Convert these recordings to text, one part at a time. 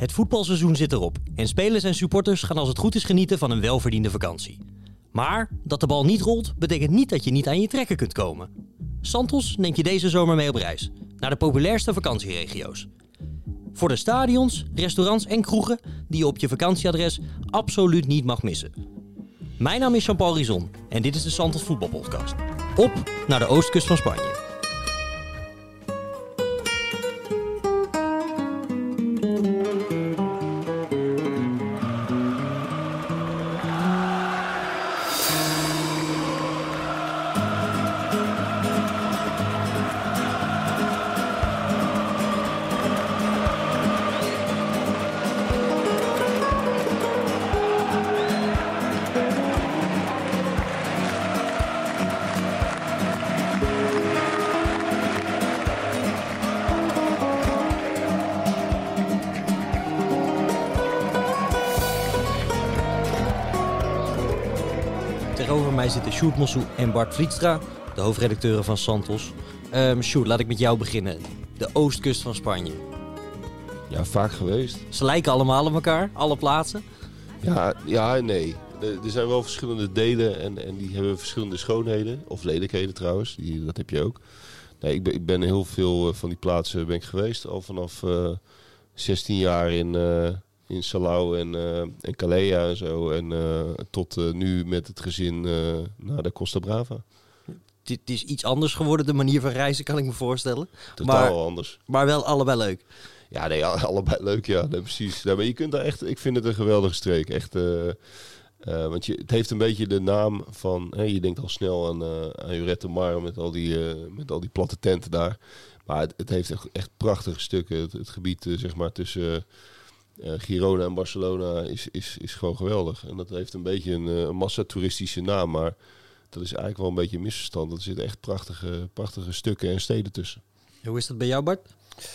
Het voetbalseizoen zit erop en spelers en supporters gaan als het goed is genieten van een welverdiende vakantie. Maar dat de bal niet rolt, betekent niet dat je niet aan je trekken kunt komen. Santos neemt je deze zomer mee op reis naar de populairste vakantieregio's. Voor de stadions, restaurants en kroegen die je op je vakantieadres absoluut niet mag missen. Mijn naam is Jean-Paul Rizon en dit is de Santos Voetbalpodcast. Op naar de oostkust van Spanje. Tegenover mij zitten Sjoerd Mossou en Bart Vlietstra, de hoofdredacteuren van Santos. Sjoerd, laat ik met jou beginnen. De oostkust van Spanje. Ja, vaak geweest. Ze lijken allemaal op elkaar, alle plaatsen. Ja en nee. Er zijn wel verschillende delen en die hebben verschillende schoonheden. Of lelijkheden trouwens, dat heb je ook. Nee, ik ben heel veel van die plaatsen ben ik geweest. Al vanaf 16 jaar in Salau en Calella en zo. En tot nu met het gezin naar de Costa Brava. Het is iets anders geworden, de manier van reizen, kan ik me voorstellen. Totaal anders. Maar wel allebei leuk. Ja, nee, allebei leuk, ja. Nee, precies. Ja, maar je kunt daar echt, ik vind het een geweldige streek. Echt, want het heeft een beetje de naam van, je denkt al snel aan Lloret de Mar met al die platte tenten daar. Maar het heeft echt prachtige stukken. Het gebied, zeg maar, tussen Girona en Barcelona is gewoon geweldig. En dat heeft een beetje een massatoeristische naam, maar dat is eigenlijk wel een beetje een misverstand. Er zitten echt prachtige stukken en steden tussen. Hoe is dat bij jou, Bart?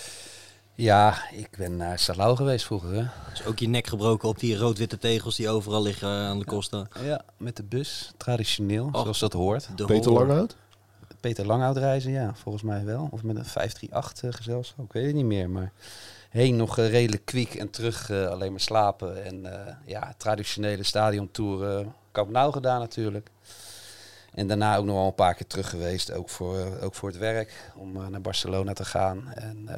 Ja, ik ben naar Salau geweest vroeger. Hè? Is ook je nek gebroken op die rood-witte tegels die overal liggen aan de Costa? Ja, met de bus. Traditioneel, zoals dat hoort. Peter Langhout? Peter Langhout reizen, ja, volgens mij wel. Of met een 538 gezelschap, ik weet het niet meer. Maar heen nog redelijk kwiek en terug alleen maar slapen. En traditionele stadiontour, Camp Nou gedaan natuurlijk. En daarna ook nog wel een paar keer terug geweest, ook voor het werk, om naar Barcelona te gaan. En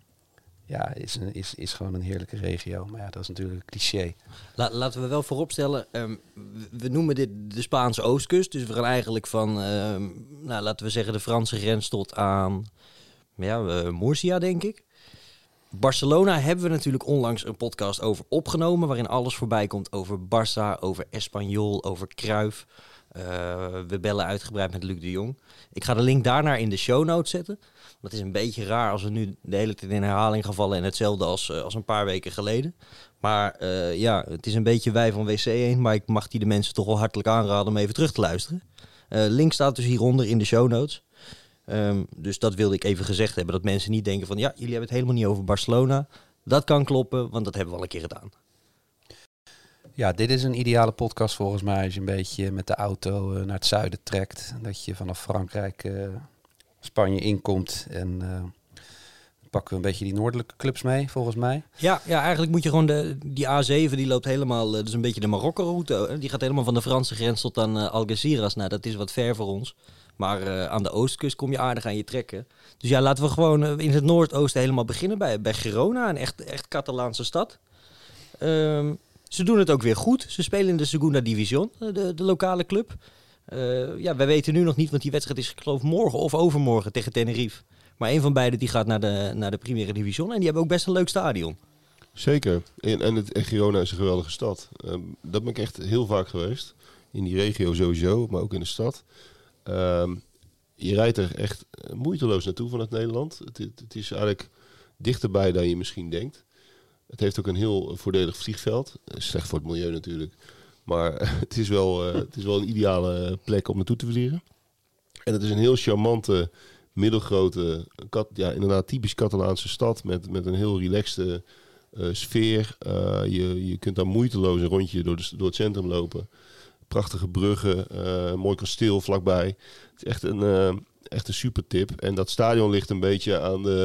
is gewoon een heerlijke regio. Maar ja, dat is natuurlijk een cliché. Laten we wel vooropstellen, we noemen dit de Spaanse oostkust. Dus we gaan eigenlijk van, laten we zeggen, de Franse grens tot aan Murcia, denk ik. Barcelona hebben we natuurlijk onlangs een podcast over opgenomen, waarin alles voorbij komt over Barça, over Espanyol, over Cruyff. We bellen uitgebreid met Luc de Jong. Ik ga de link daarnaar in de show notes zetten. Dat is een beetje raar als we nu de hele tijd in herhaling gaan vallen en hetzelfde als een paar weken geleden. Maar het is een beetje wij van WC 1, maar ik mag die de mensen toch wel hartelijk aanraden om even terug te luisteren. Link staat dus hieronder in de show notes. Dus dat wilde ik even gezegd hebben, dat mensen niet denken van jullie hebben het helemaal niet over Barcelona. Dat kan kloppen, want dat hebben we al een keer gedaan. Ja, dit is een ideale podcast volgens mij als je een beetje met de auto naar het zuiden trekt. Dat je vanaf Frankrijk Spanje inkomt en pakken we een beetje die noordelijke clubs mee volgens mij. Ja, eigenlijk moet je gewoon die A7, die loopt helemaal, dus een beetje de Marokko-route. Die gaat helemaal van de Franse grens tot aan Algeciras. Nou, dat is wat ver voor ons. Maar aan de oostkust kom je aardig aan je trekken. Dus ja, laten we gewoon in het noordoosten helemaal beginnen bij Girona, een echt Catalaanse stad. Ze doen het ook weer goed. Ze spelen in de Segunda División, de lokale club. Wij weten nu nog niet, want die wedstrijd is geloof ik morgen of overmorgen tegen Tenerife. Maar een van beiden die gaat naar de Primera División. En die hebben ook best een leuk stadion. Zeker. En Girona is een geweldige stad. Dat ben ik echt heel vaak geweest. In die regio sowieso, maar ook in de stad. Je rijdt er echt moeiteloos naartoe vanuit Nederland. Het is eigenlijk dichterbij dan je misschien denkt. Het heeft ook een heel voordelig vliegveld. Slecht voor het milieu natuurlijk. Maar het is wel een ideale plek om naartoe te vliegen. En het is een heel charmante, middelgrote, inderdaad typisch Catalaanse stad. Met een heel relaxte sfeer. Je kunt daar moeiteloos een rondje door het centrum lopen. Prachtige bruggen, een mooi kasteel vlakbij. Het is echt een super tip. En dat stadion ligt een beetje aan de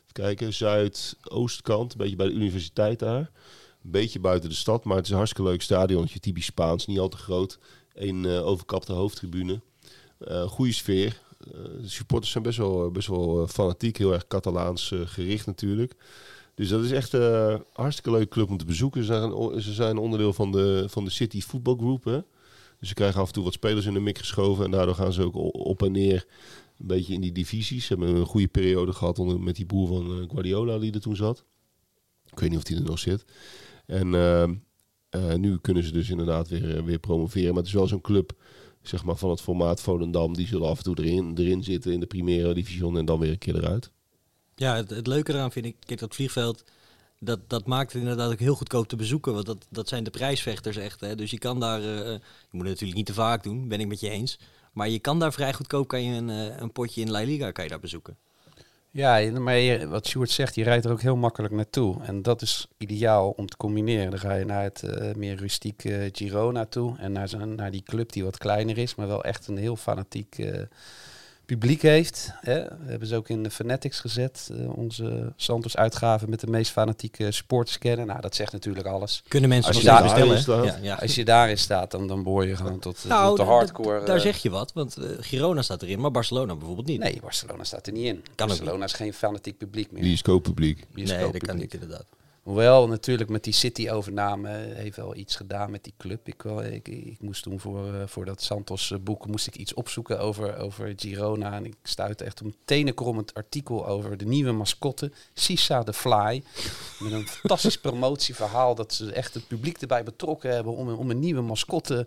kijken, zuidoostkant, een beetje bij de universiteit daar. Een beetje buiten de stad, maar het is een hartstikke leuk stadionnetje, typisch Spaans, niet al te groot. Een overkapte hoofdtribune. Goede sfeer. De supporters zijn best wel fanatiek, heel erg Catalaans gericht natuurlijk. Dus dat is echt een hartstikke leuke club om te bezoeken. Ze zijn onderdeel van de City Football Group. Hè? Dus ze krijgen af en toe wat spelers in de mik geschoven. En daardoor gaan ze ook op en neer een beetje in die divisies. Ze hebben een goede periode gehad met die broer van Guardiola die er toen zat. Ik weet niet of die er nog zit. En nu kunnen ze dus inderdaad weer promoveren. Maar het is wel zo'n club, zeg maar, van het formaat Volendam. Die zullen af en toe erin zitten in de Primera Division en dan weer een keer eruit. Ja, het leuke eraan vind ik, kijk, dat vliegveld, dat maakt het inderdaad ook heel goedkoop te bezoeken. Want dat zijn de prijsvechters echt. Hè. Dus je kan daar, je moet het natuurlijk niet te vaak doen, ben ik met je eens. Maar je kan daar vrij goedkoop, kan je een potje in La Liga kan je daar bezoeken. Ja, maar wat Sjoerd zegt, je rijdt er ook heel makkelijk naartoe. En dat is ideaal om te combineren. Dan ga je naar het meer rustieke Girona toe. En naar die club die wat kleiner is, maar wel echt een heel fanatiek publiek heeft. Hè? We hebben ze ook in de Fanatics gezet. Onze Santos-uitgave met de meest fanatieke supporters kennen. Nou, dat zegt natuurlijk alles. Kunnen mensen Als nog je steeds daar bestellen? staat. Ja. Als je daarin staat, dan behoor je gewoon tot Nou, de hardcore. daar zeg je wat, want Girona staat erin, maar Barcelona bijvoorbeeld niet. Nee, Barcelona staat er niet in. Kan ook Barcelona is geen fanatiek publiek meer. Bioscooppubliek. Nee, dat kan niet inderdaad. Hoewel natuurlijk met die City-overname heeft wel iets gedaan met die club. Ik moest toen voor dat Santos-boek moest ik iets opzoeken over Girona. En ik stuitte echt op een tenenkrommend artikel over de nieuwe mascotte, Sisa the Fly. Met een fantastisch promotieverhaal dat ze echt het publiek erbij betrokken hebben om een nieuwe mascotte.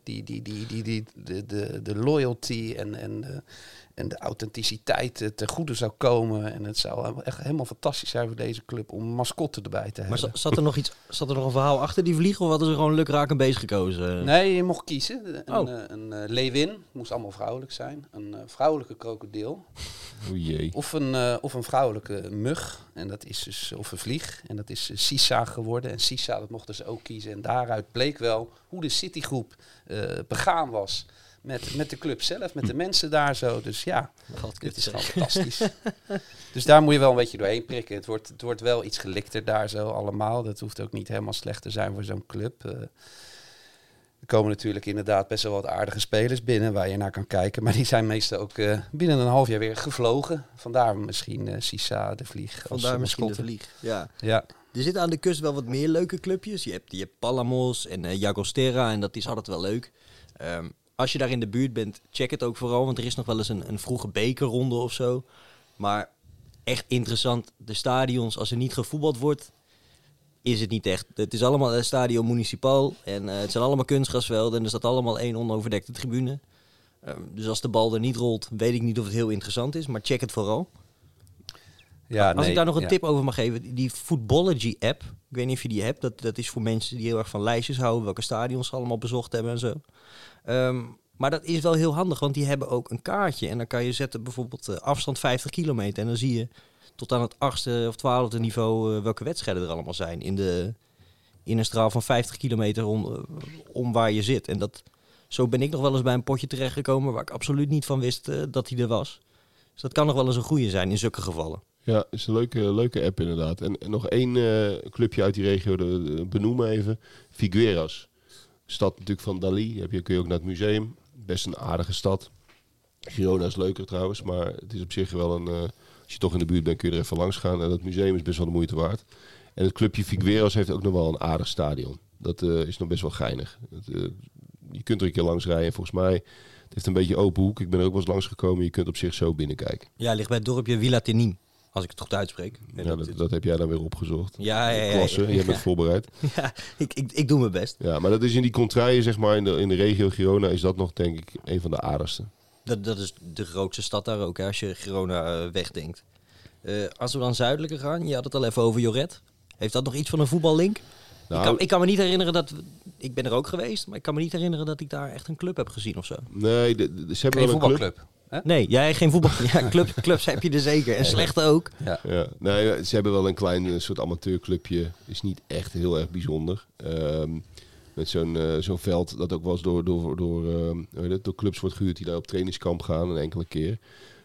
De loyalty en de authenticiteit ten goede zou komen. En het zou echt helemaal fantastisch zijn voor deze club om een mascotte erbij te hebben. Maar zat er nog een verhaal achter die vlieg, of hadden ze gewoon lukraak een beest gekozen? Nee, je mocht kiezen. Een leeuwin, moest allemaal vrouwelijk zijn. Een vrouwelijke krokodil. O jee. Of een vrouwelijke mug. En dat is dus, of een vlieg. En dat is Sisa geworden. En Sisa, dat mochten ze ook kiezen. En daaruit bleek wel hoe de Citygroep begaan was. Met de club zelf, met de mensen daar zo. Dus ja, dit is gewoon fantastisch. Dus daar moet je wel een beetje doorheen prikken. Het wordt wel iets gelikter daar zo allemaal. Dat hoeft ook niet helemaal slecht te zijn voor zo'n club. Er komen natuurlijk inderdaad best wel wat aardige spelers binnen waar je naar kan kijken. Maar die zijn meestal ook binnen een half jaar weer gevlogen. Vandaar misschien Sisa de Vlieg. Vandaar misschien de Vlieg, ja. Er zitten aan de kust wel wat meer leuke clubjes. Je hebt Palamos en Llagostera en dat is altijd wel leuk. Als je daar in de buurt bent, check het ook vooral. Want er is nog wel eens een vroege bekerronde of zo. Maar echt interessant, de stadions, als er niet gevoetbald wordt, is het niet echt. Het is allemaal een stadion municipal. En het zijn allemaal kunstgrasvelden. En er staat allemaal één onoverdekte tribune. Dus als de bal er niet rolt, weet ik niet of het heel interessant is. Maar check het vooral. Ja, als ik daar nog een tip over mag geven. Die Footballogy-app. Ik weet niet of je die hebt. Dat is voor mensen die heel erg van lijstjes houden. Welke stadions ze allemaal bezocht hebben en zo. Maar dat is wel heel handig, want die hebben ook een kaartje. En dan kan je zetten bijvoorbeeld afstand 50 kilometer. En dan zie je tot aan het 8e of 12e niveau welke wedstrijden er allemaal zijn. In een straal van 50 kilometer om waar je zit. En zo ben ik nog wel eens bij een potje terechtgekomen waar ik absoluut niet van wist dat hij er was. Dus dat kan nog wel eens een goede zijn in zulke gevallen. Ja, is een leuke app inderdaad. En nog één clubje uit die regio benoemen even. Figueras. Stad natuurlijk van Dalí. Kun je ook naar het museum. Best een aardige stad. Girona is leuker trouwens, maar het is op zich wel als je toch in de buurt bent, kun je er even langs gaan. En dat museum is best wel de moeite waard. En het clubje Figueras heeft ook nog wel een aardig stadion. Dat is nog best wel geinig. Je kunt er een keer langs rijden. Volgens mij, het heeft een beetje open hoek. Ik ben er ook wel eens langs gekomen. Je kunt op zich zo binnenkijken. Ja, ligt bij het dorpje Villa Tenim. Als ik het goed uitspreek. Ja, dat heb jij dan weer opgezocht. Ja. Klasse, jij bent voorbereid. Ja, ik doe mijn best. Ja, maar dat is in die contraien, zeg maar, in de regio Girona is dat nog, denk ik, een van de aardigste. Dat is de grootste stad daar ook, hè, als je Girona wegdenkt. Als we dan zuidelijker gaan, je had het al even over Joret. Heeft dat nog iets van een voetballink? Nou, ik kan me niet herinneren dat... Ik ben er ook geweest, maar ik kan me niet herinneren dat ik daar echt een club heb gezien of zo. Nee, ze hebben geen wel een voetbalclub. Nee, jij geen voetbal. Ja, clubs heb je er zeker. En slechte ook. Ja. Nee, ze hebben wel een klein soort amateurclubje. Is niet echt heel erg bijzonder. Met zo'n veld dat ook wel eens door clubs wordt gehuurd die daar op trainingskamp gaan een enkele keer.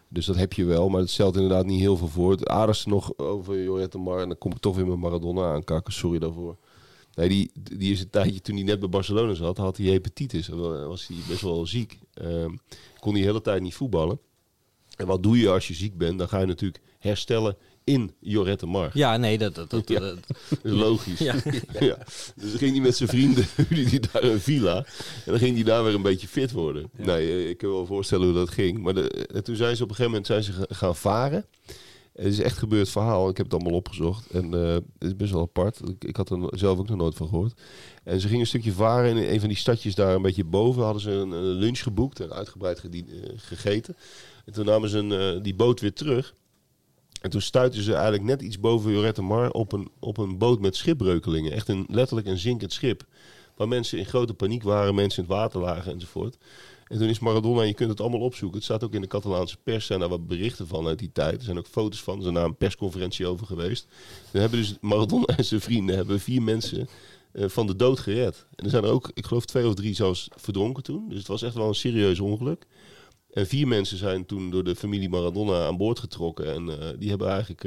Dus dat heb je wel, maar het stelt inderdaad niet heel veel voor. Het aardigste nog over Jorret de Mar, en dan kom ik toch weer met Maradona aankakken, sorry daarvoor. Nee, die is een tijdje, toen hij net bij Barcelona zat, had hij hepatitis. Dan was hij best wel ziek. Kon hij de hele tijd niet voetballen. En wat doe je als je ziek bent? Dan ga je natuurlijk herstellen in Jorret de Mar. Ja, nee, dat Dat is logisch. Ja. Ja. Dus dan ging hij met zijn vrienden die daar een villa. En dan ging hij daar weer een beetje fit worden. Ja. Nee, ik kan me wel voorstellen hoe dat ging. Maar toen zijn ze op een gegeven moment gaan varen. Het is echt gebeurd verhaal. Ik heb het allemaal opgezocht. En het is best wel apart. Ik had er zelf ook nog nooit van gehoord. En ze gingen een stukje varen in een van die stadjes daar een beetje boven. Hadden ze een lunch geboekt en uitgebreid gegeten. En toen namen ze die boot weer terug. En toen stuitten ze eigenlijk net iets boven Jorret de Mar op een boot met schipbreukelingen. Echt letterlijk een zinkend schip. Waar mensen in grote paniek waren, mensen in het water lagen enzovoort. En toen is Maradona, je kunt het allemaal opzoeken. Het staat ook in de Catalaanse pers, zijn daar wat berichten van uit die tijd. Er zijn ook foto's van, er zijn daar een persconferentie over geweest. Dan hebben dus Maradona en zijn vrienden 4 mensen van de dood gered. En er zijn er ook, ik geloof 2 of 3 zelfs verdronken toen. Dus het was echt wel een serieus ongeluk. En 4 mensen zijn toen door de familie Maradona aan boord getrokken. En die hebben eigenlijk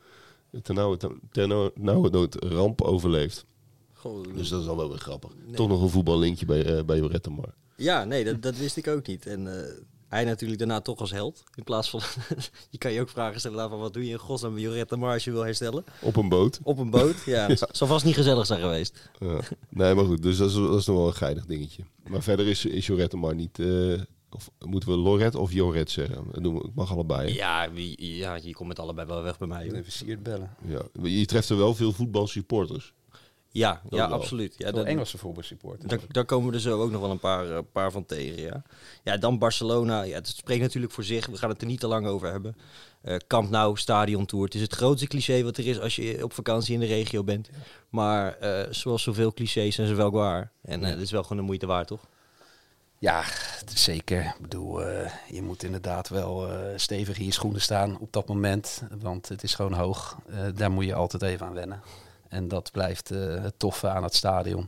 ternauwernood ramp overleefd. Goh, Dus dat is dan wel weer grappig. Nee. Toch nog een voetballinkje bij Jorret de Mar. Ja, nee, dat wist ik ook niet. En hij natuurlijk daarna toch als held. In plaats van, je kan je ook vragen stellen van wat doe je in godsnaam met Jorret de Mar als je wil herstellen? Op een boot. Op een boot, ja. Het zal vast niet gezellig zijn geweest. Ja. Nee, maar goed. Dus dat is nog wel een geinig dingetje. Maar verder is Jorret de Mar niet... of moeten we Lorette of Jorret zeggen? Dat doen we, ik mag allebei. Hè? Ja, je komt met allebei wel weg bij mij. Hoor. Even Siert bellen. Ja. Je treft er wel veel voetbalsupporters. Ja, wel. absoluut. Ja, Veel Engelse voetbalsupporters. daar komen we er zo ook nog wel een paar van tegen, ja. Ja, dan Barcelona. Ja, het spreekt natuurlijk voor zich. We gaan het er niet te lang over hebben. Camp Nou, stadiontour. Het is het grootste cliché wat er is als je op vakantie in de regio bent. Maar zoals zoveel clichés zijn ze wel waar. En het is wel gewoon de moeite waard, toch? Ja, het is zeker. Ik bedoel, je moet inderdaad wel stevig in je schoenen staan op dat moment. Want het is gewoon hoog. Daar moet je altijd even aan wennen. En dat blijft het toffe aan het stadion.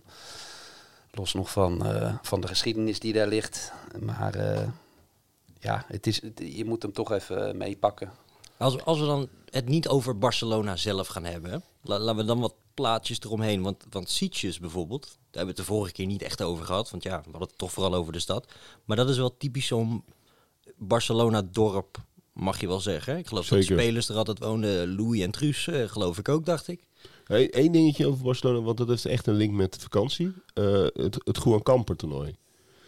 Los nog van de geschiedenis die daar ligt. Maar ja, je moet hem toch even meepakken. Als we dan het niet over Barcelona zelf gaan hebben. Hè? Laten we dan wat plaatjes eromheen. Want Sitges bijvoorbeeld, daar hebben we het de vorige keer niet echt over gehad. Want ja, we hadden het toch vooral over de stad. Maar dat is wel typisch zo'n Barcelona-dorp, mag je wel zeggen. Hè? Ik geloof dat de spelers er altijd woonden. Louis en Truus, geloof ik ook, dacht ik. Hey, 1 dingetje over Barcelona, want dat heeft echt een link met vakantie. Het Juan Camper toernooi.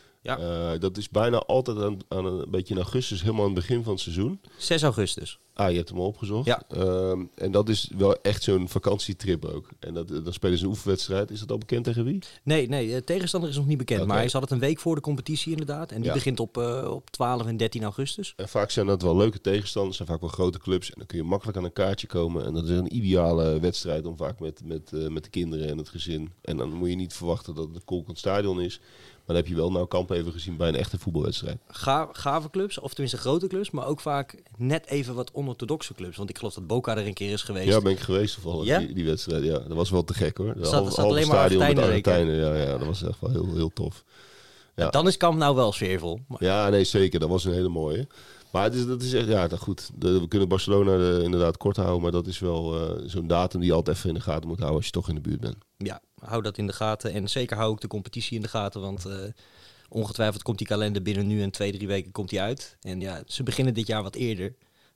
Ja. Dat is bijna altijd aan een beetje in augustus, helemaal aan het begin van het seizoen. 6 augustus. Ah, je hebt hem al opgezocht. Ja. En dat is wel echt zo'n vakantietrip ook. En dan spelen ze een oefenwedstrijd. Is dat al bekend tegen wie? Nee, de tegenstander is nog niet bekend. Okay. Maar hij zat het een week voor de competitie inderdaad. En die begint op 12 en 13 augustus. En vaak zijn dat wel leuke tegenstanders. zijn vaak wel grote clubs. En dan kun je makkelijk aan een kaartje komen. En dat is een ideale wedstrijd om vaak met de kinderen en het gezin. En dan moet je niet verwachten dat het een kolkend stadion is. Maar dan heb je wel Nou Camp even gezien bij een echte voetbalwedstrijd. Gave clubs, of tenminste grote clubs, maar ook vaak net even wat onorthodoxe clubs. Want ik geloof dat Boca er een keer is geweest. Ja, ben ik geweest toevallig, ja? die wedstrijd. Ja, dat was wel te gek hoor. Zat alleen maar Argentijnen. Ja, dat was echt wel heel, heel tof. Ja. Dan is Camp Nou wel sfeervol. Maar... Ja, nee, zeker. Dat was een hele mooie. Maar dat is echt, ja, goed. We kunnen Barcelona inderdaad kort houden, maar dat is wel zo'n datum die je altijd even in de gaten moet houden als je toch in de buurt bent. Ja, hou dat in de gaten. En zeker hou ook de competitie in de gaten, want ongetwijfeld komt die kalender binnen nu en 2-3 weken komt die uit. En ja, ze beginnen dit jaar wat eerder.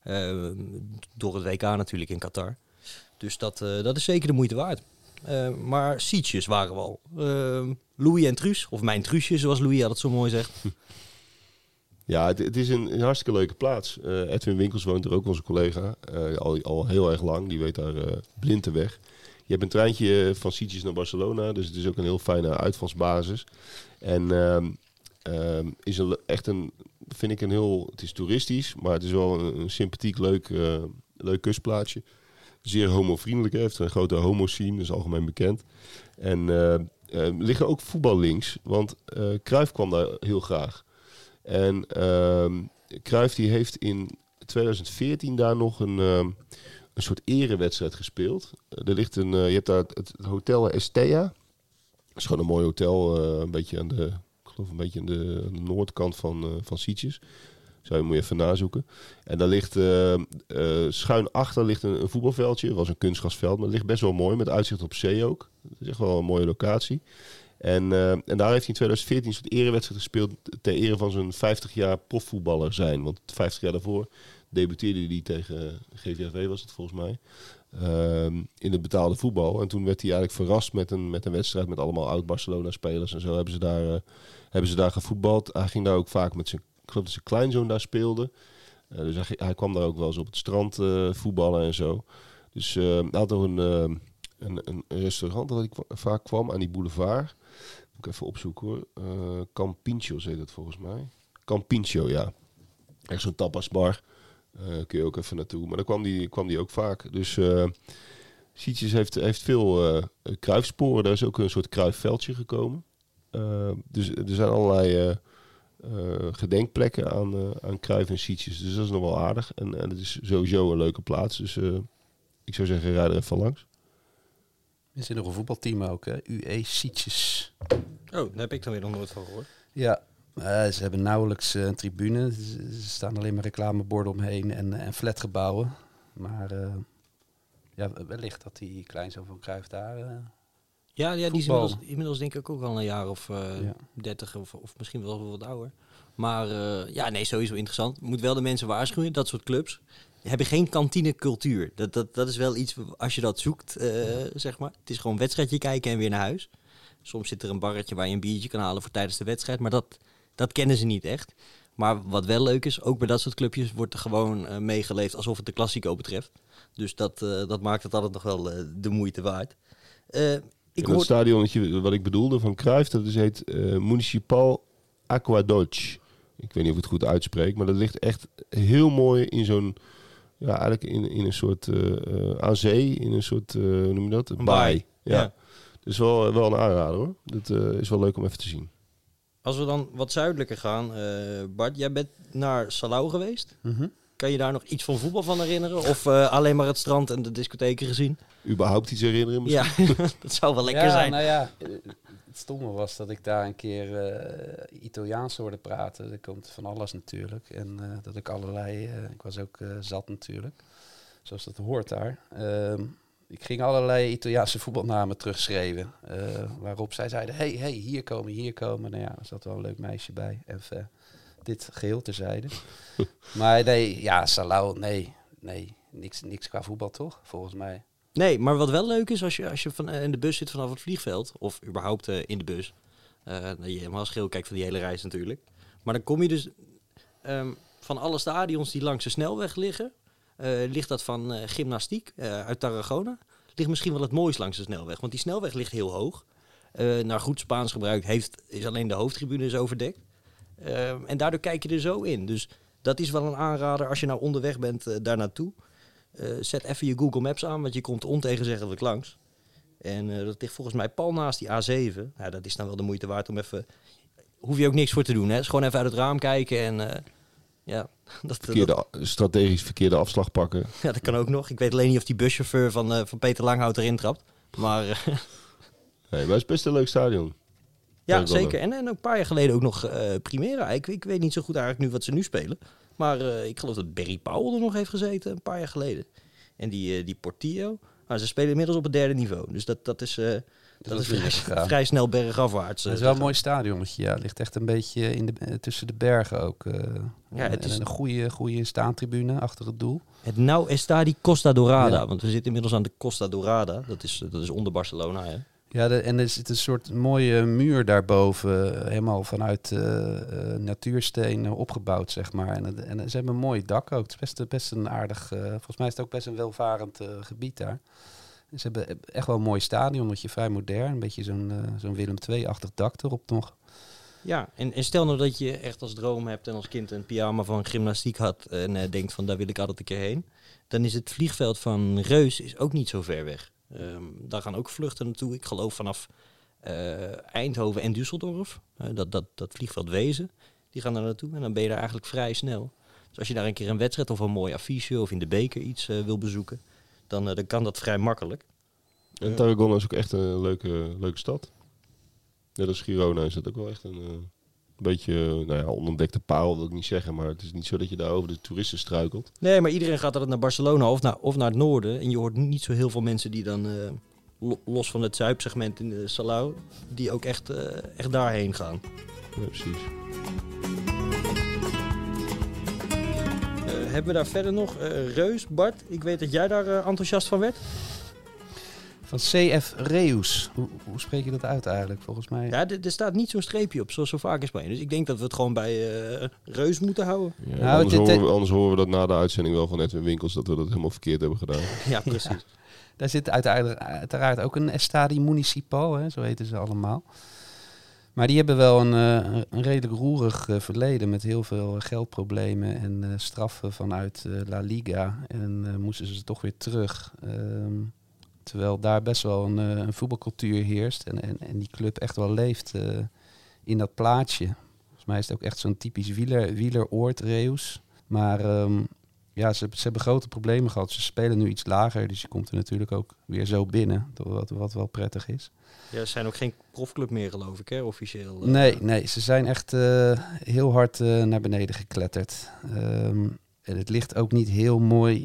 Door het WK natuurlijk in Qatar. Dus dat is zeker de moeite waard. Maar Sitges waren we al. Louis en Truus, of mijn Truusje zoals Louis altijd zo mooi zegt. Ja, het is een hartstikke leuke plaats. Edwin Winkels woont er ook, onze collega. Al heel erg lang, die weet daar blind de weg. Je hebt een treintje van Sitges naar Barcelona, dus het is ook een heel fijne uitvalsbasis. En vind ik het is toeristisch, maar het is wel een sympathiek, leuk kustplaatsje. Zeer homovriendelijk, heeft een grote homo-scene, dat is algemeen bekend. En liggen ook voetballinks, want Cruijff kwam daar heel graag. En Cruijff die heeft in 2014 daar nog een soort erewedstrijd gespeeld. Er ligt je hebt daar het Hotel Estea. Dat is gewoon een mooi hotel, een beetje aan de noordkant van Sitges. Moet je even nazoeken. En daar ligt schuin achter ligt een voetbalveldje. Het was een kunstgrasveld, maar het ligt best wel mooi. Met uitzicht op zee ook. Het is echt wel een mooie locatie. En daar heeft hij in 2014 een soort erewedstrijd gespeeld ter ere van zijn 50 jaar profvoetballer zijn. Want 50 jaar daarvoor debuteerde hij tegen GVV, was het volgens mij. In het betaalde voetbal. En toen werd hij eigenlijk verrast met een wedstrijd met allemaal oud-Barcelona-spelers. En zo hebben ze daar gevoetbald. Hij ging daar ook vaak met zijn, ik geloof dat zijn kleinzoon daar speelde. Dus hij kwam daar ook wel eens op het strand voetballen en zo. Dus hij had nog een restaurant dat ik vaak kwam aan die boulevard. Moet ik even opzoeken hoor. Campincho heet het volgens mij. Campincho, ja. Echt zo'n tapasbar. Kun je ook even naartoe. Maar daar kwam die ook vaak. Dus Sitges heeft veel Cruijffsporen. Daar is ook een soort Cruijffveldje gekomen. Dus er zijn allerlei gedenkplekken aan Cruijff en Sitges. Dus dat is nog wel aardig. En het is sowieso een leuke plaats. Dus ik zou zeggen, rij er even langs. Er zit nog een voetbalteam ook, hè? UE Sitges. Oh, daar heb ik dan weer nog nooit van gehoord. Ja, ze hebben nauwelijks een tribune. Er staan alleen maar reclameborden omheen en flatgebouwen. Maar wellicht dat die kleinzoon van Cruijff daar... Ja, die is inmiddels denk ik ook al een jaar of 30 of misschien wel wat ouder. Maar sowieso interessant. Moet wel de mensen waarschuwen, dat soort clubs hebben geen kantinecultuur. Dat is wel iets, als je dat zoekt, zeg maar. Het is gewoon een wedstrijdje kijken en weer naar huis. Soms zit er een barretje waar je een biertje kan halen voor tijdens de wedstrijd. Maar dat kennen ze niet echt. Maar wat wel leuk is, ook bij dat soort clubjes wordt er gewoon meegeleefd alsof het de Classico betreft. Dus dat maakt het altijd nog wel de moeite waard. Dat stadionnetje wat ik bedoelde van Cruijff, dat heet Municipal Aquadolce. Ik weet niet of ik het goed uitspreek, maar dat ligt echt heel mooi in zo'n... Ja, eigenlijk in een soort aan zee, in een soort, hoe noem je dat? Een baai. Ja. Dus wel een aanrader hoor. Dat is wel leuk om even te zien. Als we dan wat zuidelijker gaan, Bart, jij bent naar Salau geweest. Mm-hmm. Kan je daar nog iets van voetbal van herinneren? Of alleen maar het strand en de discotheken gezien? Überhaupt iets herinneren misschien? Ja, dat zou wel lekker zijn. Nou ja, het stomme was dat ik daar een keer Italiaans hoorde praten. Er komt van alles natuurlijk. En dat ik ik was ook zat natuurlijk. Zoals dat hoort daar. Ik ging allerlei Italiaanse voetbalnamen terugschreven. Waarop zij zeiden, hey, hier komen. Nou ja, er zat wel een leuk meisje bij. Even dit geheel terzijde. Maar nee, ja, Salau, nee. Niks qua voetbal toch, volgens mij. Nee, maar wat wel leuk is, als je in de bus zit vanaf het vliegveld, of überhaupt in de bus, dat je helemaal scheel kijkt van die hele reis natuurlijk. Maar dan kom je dus van alle stadions die langs de snelweg liggen, ligt dat van gymnastiek uit Tarragona, ligt misschien wel het mooist langs de snelweg. Want die snelweg ligt heel hoog. Naar goed Spaans gebruik is alleen de hoofdtribune is overdekt. En daardoor kijk je er zo in. Dus dat is wel een aanrader als je nou onderweg bent daar naartoe. Zet even je Google Maps aan, want je komt ontegenzeggelijk langs. En dat ligt volgens mij pal naast die A7. Ja, dat is dan wel de moeite waard om even... Hoef je ook niks voor te doen, hè? Dus gewoon even uit het raam kijken en... strategisch verkeerde afslag pakken. Ja, dat kan ook nog. Ik weet alleen niet of die buschauffeur van Peter Langhout erin trapt. Maar... nee, maar het is best een leuk stadion. Ja, zeker. En ook een paar jaar geleden ook nog Primera. Ik weet niet zo goed eigenlijk nu wat ze nu spelen. Maar ik geloof dat Barry Powell er nog heeft gezeten een paar jaar geleden. En die Portillo. Maar ze spelen inmiddels op het derde niveau. Dus dat is vrij snel bergafwaarts. Het is wel een mooi stadionnetje. Ja. Het ligt echt een beetje tussen de bergen ook. Het is een goede staantribune achter het doel. Het Nou Estadi Costa Dorada. Ja. Want we zitten inmiddels aan de Costa Dorada. Dat is onder Barcelona, hè. Ja, en er zit een soort mooie muur daarboven, helemaal vanuit natuursteen opgebouwd, zeg maar. En ze hebben een mooi dak ook. Het is best een aardig, volgens mij is het ook best een welvarend gebied daar. Ze hebben echt wel een mooi stadion, dat je vrij modern, een beetje zo'n Willem II-achtig dak erop nog. Ja, en stel nou dat je echt als droom hebt en als kind een pyjama van gymnastiek had en denkt van daar wil ik altijd een keer heen. Dan is het vliegveld van Reus is ook niet zo ver weg. Daar gaan ook vluchten naartoe. Ik geloof vanaf Eindhoven en Düsseldorf. Dat vliegveld Wezen. Die gaan daar naartoe en dan ben je daar eigenlijk vrij snel. Dus als je daar een keer een wedstrijd of een mooi affiche of in de beker iets wil bezoeken, dan kan dat vrij makkelijk. En Tarragona is ook echt een leuke stad. Net als Girona is dat ook wel echt een beetje, onontdekte paal wil ik niet zeggen. Maar het is niet zo dat je daar over de toeristen struikelt. Nee, maar iedereen gaat altijd naar Barcelona of naar het noorden. En je hoort niet zo heel veel mensen die dan, los van het zuipsegment in de Salau, die ook echt daarheen gaan. Ja, precies. Hebben we daar verder nog Reus, Bart? Ik weet dat jij daar enthousiast van werd. Van CF Reus. Hoe spreek je dat uit eigenlijk, volgens mij? Ja, er staat niet zo'n streepje op, zoals zo vaak in Spanje. Dus ik denk dat we het gewoon bij Reus moeten houden. Ja, Nou, anders horen we dat na de uitzending wel van Edwin Winkels, dat we dat helemaal verkeerd hebben gedaan. Ja, precies. Ja. Daar zit uiteraard ook een Estadi Municipal, hè, zo heten ze allemaal. Maar die hebben wel een redelijk roerig verleden met heel veel geldproblemen en straffen vanuit La Liga. En moesten ze toch weer terug. Terwijl daar best wel een voetbalcultuur heerst en die club echt wel leeft in dat plaatsje. Volgens mij is het ook echt zo'n typisch wieleroord, Reus. Maar ze hebben grote problemen gehad. Ze spelen nu iets lager, dus je komt er natuurlijk ook weer zo binnen, wat wel prettig is. Ja, ze zijn ook geen profclub meer, geloof ik, hè, officieel. Nee, ze zijn echt heel hard naar beneden gekletterd. En het ligt ook niet heel mooi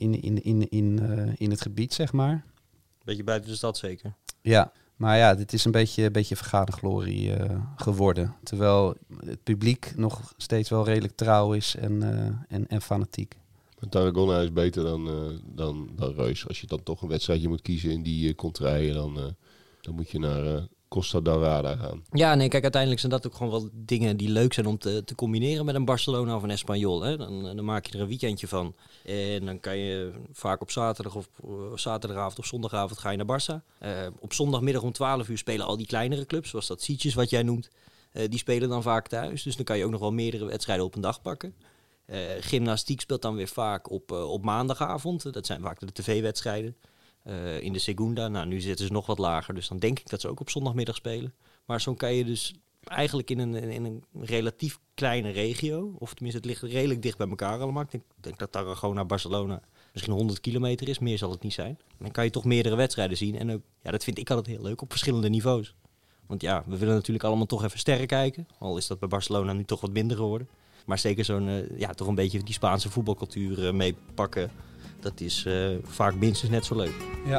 in het gebied, zeg maar. Beetje buiten de stad zeker. Ja, maar ja, dit is een beetje vergane glorie geworden. Terwijl het publiek nog steeds wel redelijk trouw is en fanatiek. Maar Tarragona is beter dan Reus. Als je dan toch een wedstrijdje moet kiezen in die contraien, dan moet je naar Costa Daurada gaan. Ja, nee, kijk, uiteindelijk zijn dat ook gewoon wel dingen die leuk zijn om te combineren met een Barcelona of een Espanyol. Hè? Dan maak je er een weekendje van. En dan kan je vaak op zaterdagavond of zondagavond ga je naar Barça. Op zondagmiddag om 12 uur spelen al die kleinere clubs, zoals dat Sitges wat jij noemt. Die spelen dan vaak thuis. Dus dan kan je ook nog wel meerdere wedstrijden op een dag pakken. Gymnastiek speelt dan weer vaak op maandagavond. Dat zijn vaak de tv-wedstrijden. In de Segunda. Nou, nu zitten ze nog wat lager, dus dan denk ik dat ze ook op zondagmiddag spelen. Maar zo kan je dus eigenlijk in een relatief kleine regio, of tenminste het ligt redelijk dicht bij elkaar allemaal. Ik denk dat Tarragona, Barcelona misschien 100 kilometer is, meer zal het niet zijn. Dan kan je toch meerdere wedstrijden zien en ook, ja, dat vind ik altijd heel leuk op verschillende niveaus. Want ja, we willen natuurlijk allemaal toch even sterren kijken, al is dat bij Barcelona nu toch wat minder geworden. Maar zeker toch een beetje die Spaanse voetbalcultuur meepakken. Dat is vaak minstens net zo leuk. Ja.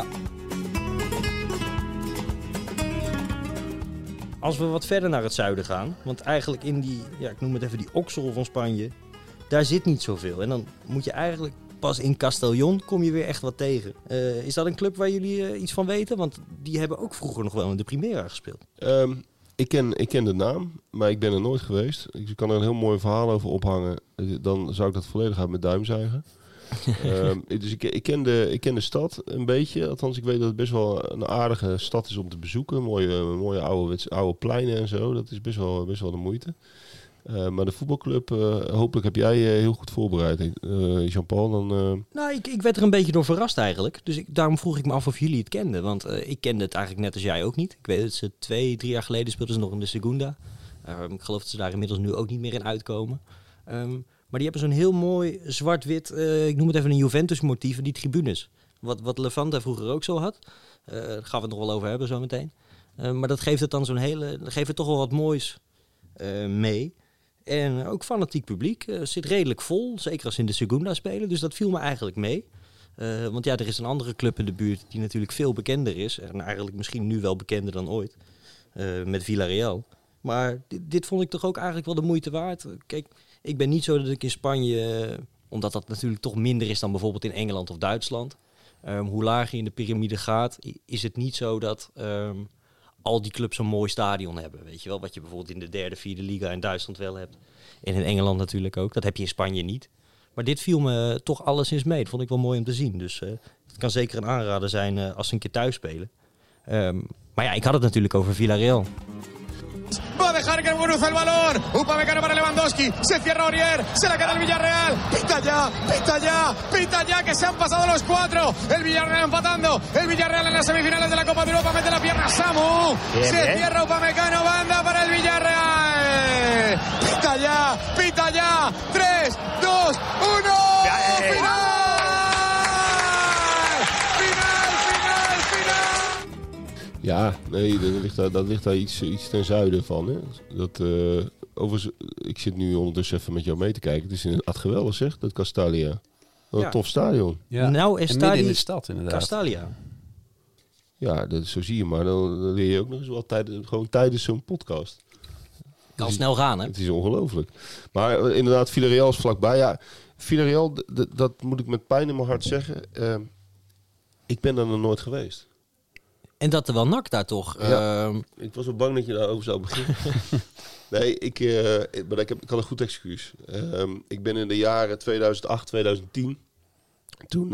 Als we wat verder naar het zuiden gaan, want eigenlijk in die, ik noem het even die oksel van Spanje, daar zit niet zoveel. En dan moet je eigenlijk pas in Castellón kom je weer echt wat tegen. Is dat een club waar jullie iets van weten? Want die hebben ook vroeger nog wel in de Primera gespeeld. Ik ken de naam, maar ik ben er nooit geweest. Ik kan er een heel mooi verhaal over ophangen. Dan zou ik dat volledig uit mijn duim zuigen. Dus ik ken de stad een beetje. Althans, ik weet dat het best wel een aardige stad is om te bezoeken. Mooie oude pleinen en zo. Dat is best wel de moeite. Maar de voetbalclub, hopelijk heb jij heel goed voorbereid, Jean-Paul. Nou, ik werd er een beetje door verrast eigenlijk. Dus daarom vroeg ik me af of jullie het kenden. Want ik kende het eigenlijk net als jij ook niet. Ik weet dat ze 2-3 jaar geleden speelden ze nog in de Segunda. Ik geloof dat ze daar inmiddels nu ook niet meer in uitkomen. Maar die hebben zo'n heel mooi zwart-wit, ik noem het even een Juventus-motief, die tribunes. Wat Levante vroeger ook zo had. Daar gaan we het nog wel over hebben zo meteen. Maar dat geeft het dan dat geeft het toch wel wat moois mee. En ook fanatiek publiek. Zit redelijk vol, zeker als ze in de Segunda spelen. Dus dat viel me eigenlijk mee. Want ja, er is een andere club in de buurt die natuurlijk veel bekender is. En eigenlijk misschien nu wel bekender dan ooit. Met Villarreal. Maar dit vond ik toch ook eigenlijk wel de moeite waard. Kijk, ik ben niet zo dat ik in Spanje, omdat dat natuurlijk toch minder is dan bijvoorbeeld in Engeland of Duitsland. Hoe lager je in de piramide gaat, is het niet zo dat al die clubs een mooi stadion hebben. Weet je wel, wat je bijvoorbeeld in de derde, vierde liga in Duitsland wel hebt. En in Engeland natuurlijk ook. Dat heb je in Spanje niet. Maar dit viel me toch alleszins mee. Dat vond ik wel mooi om te zien. Dus het kan zeker een aanrader zijn als ze een keer thuis spelen. Maar ja, ik had het natuurlijk over Villarreal. Va a dejar que Munuza el balón. Upamecano para Lewandowski. Se cierra Aurier. Se la queda el Villarreal. Pita ya, que se han pasado los 4. El Villarreal empatando. El Villarreal en las semifinales de la Copa de Europa. Mete la pierna Samu. Se cierra Upamecano. Banda para el Villarreal. Pita ya. 3, 2, 1. ¡Final! Ja, nee, dat ligt daar iets ten zuiden van. Hè? overigens, ik zit nu ondertussen even met jou mee te kijken. Het is inderdaad geweldig, zeg, dat Castalia. Wat een tof stadion. Ja. Nou is en daar midden in die de stad inderdaad. Castalia. Ja, zo zie je maar. Dan leer je ook nog eens wat gewoon tijdens zo'n podcast. Kan snel gaan, hè? Het is ongelooflijk. Maar inderdaad, Villarreal is vlakbij. Ja, Villarreal, dat moet ik met pijn in mijn hart zeggen. Ik ben daar nog nooit geweest. En dat er wel NAC daar toch. Ja. Ik was wel bang dat je daarover zou beginnen. Nee, maar ik had een goed excuus. Ik ben in de jaren 2008, 2010. Toen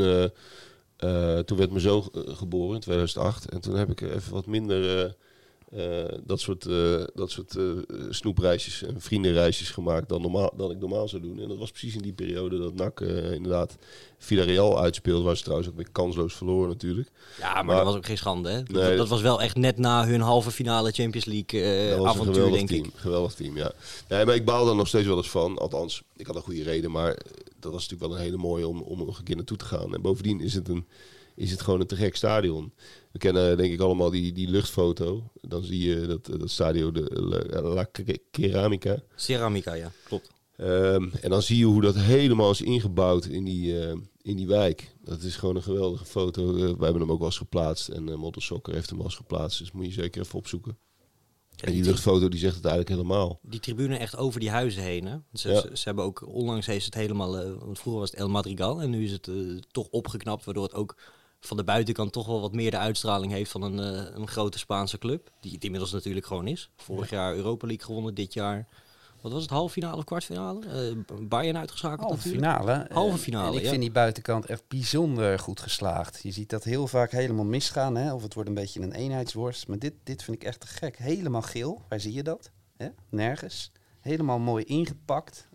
werd mijn zoon geboren in 2008. En toen heb ik even wat minder dat soort snoepreisjes en vriendenreisjes gemaakt dan ik normaal zou doen. En dat was precies in die periode dat NAC inderdaad Villarreal uitspeelde. Waar ze trouwens ook weer kansloos verloren natuurlijk. Ja, maar dat was ook geen schande, hè? Nee, dat was wel echt net na hun halve finale Champions League avontuur, denk ik. Geweldig team, ja. Nee, maar ik baal daar nog steeds wel eens van. Althans, ik had een goede reden, maar dat was natuurlijk wel een hele mooie om nog een keer naartoe te gaan. En bovendien is het gewoon een te gek stadion. We kennen denk ik allemaal die luchtfoto. Dan zie je dat stadion, de La Ceramica. Ceramica, ja, klopt. En dan zie je hoe dat helemaal is ingebouwd in die wijk. Dat is gewoon een geweldige foto. Wij hebben hem ook wel eens geplaatst. En Model Soccer heeft hem wel eens geplaatst. Dus moet je zeker even opzoeken. En die luchtfoto die zegt het eigenlijk helemaal. Die tribune echt over die huizen heen. Hè? Ze hebben ook, onlangs heeft het helemaal, want vroeger was het El Madrigal. En nu is het toch opgeknapt, waardoor het ook van de buitenkant toch wel wat meer de uitstraling heeft van een grote Spaanse club. Die het inmiddels natuurlijk gewoon is. Vorig jaar Europa League gewonnen, dit jaar. Wat was het, halve finale of kwartfinale? Bayern uitgeschakeld natuurlijk. Halve finale, en ik vind die buitenkant echt bijzonder goed geslaagd. Je ziet dat heel vaak helemaal misgaan. Hè? Of het wordt een beetje een eenheidsworst. Maar dit vind ik echt te gek. Helemaal geel. Waar zie je dat? Hè? Nergens. Helemaal mooi ingepakt.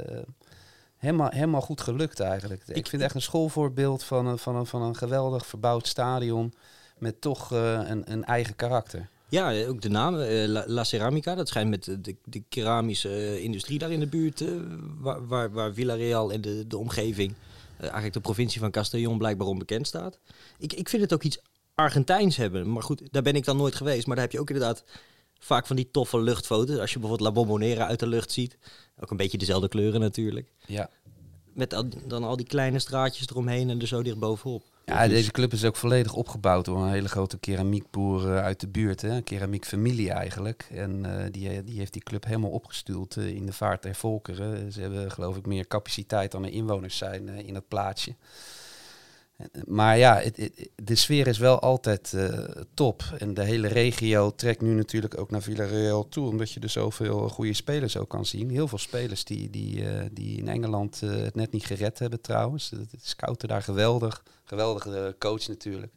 Helemaal goed gelukt eigenlijk. Ik vind het echt een schoolvoorbeeld van een geweldig verbouwd stadion. Met toch een eigen karakter. Ja, ook de naam, La Ceramica, dat schijnt met de keramische industrie daar in de buurt, waar Villarreal en de omgeving, eigenlijk de provincie van Castellón, blijkbaar onbekend staat. Ik vind het ook iets Argentijns hebben, maar goed, daar ben ik dan nooit geweest. Maar daar heb je ook inderdaad vaak van die toffe luchtfoto's. Als je bijvoorbeeld La Bombonera uit de lucht ziet, ook een beetje dezelfde kleuren natuurlijk. Ja. Met dan al die kleine straatjes eromheen en er zo dicht bovenop. Ja, deze club is ook volledig opgebouwd door een hele grote keramiekboer uit de buurt. Hè? Een keramiekfamilie eigenlijk. En die heeft die club helemaal opgestuurd in de vaart der volkeren. Ze hebben geloof ik meer capaciteit dan er inwoners zijn in het plaatsje. Maar ja, de sfeer is wel altijd top. En de hele regio trekt nu natuurlijk ook naar Villarreal toe. Omdat je er zoveel goede spelers ook kan zien. Heel veel spelers die in Engeland het net niet gered hebben trouwens. De scouten daar geweldig. Geweldige coach natuurlijk.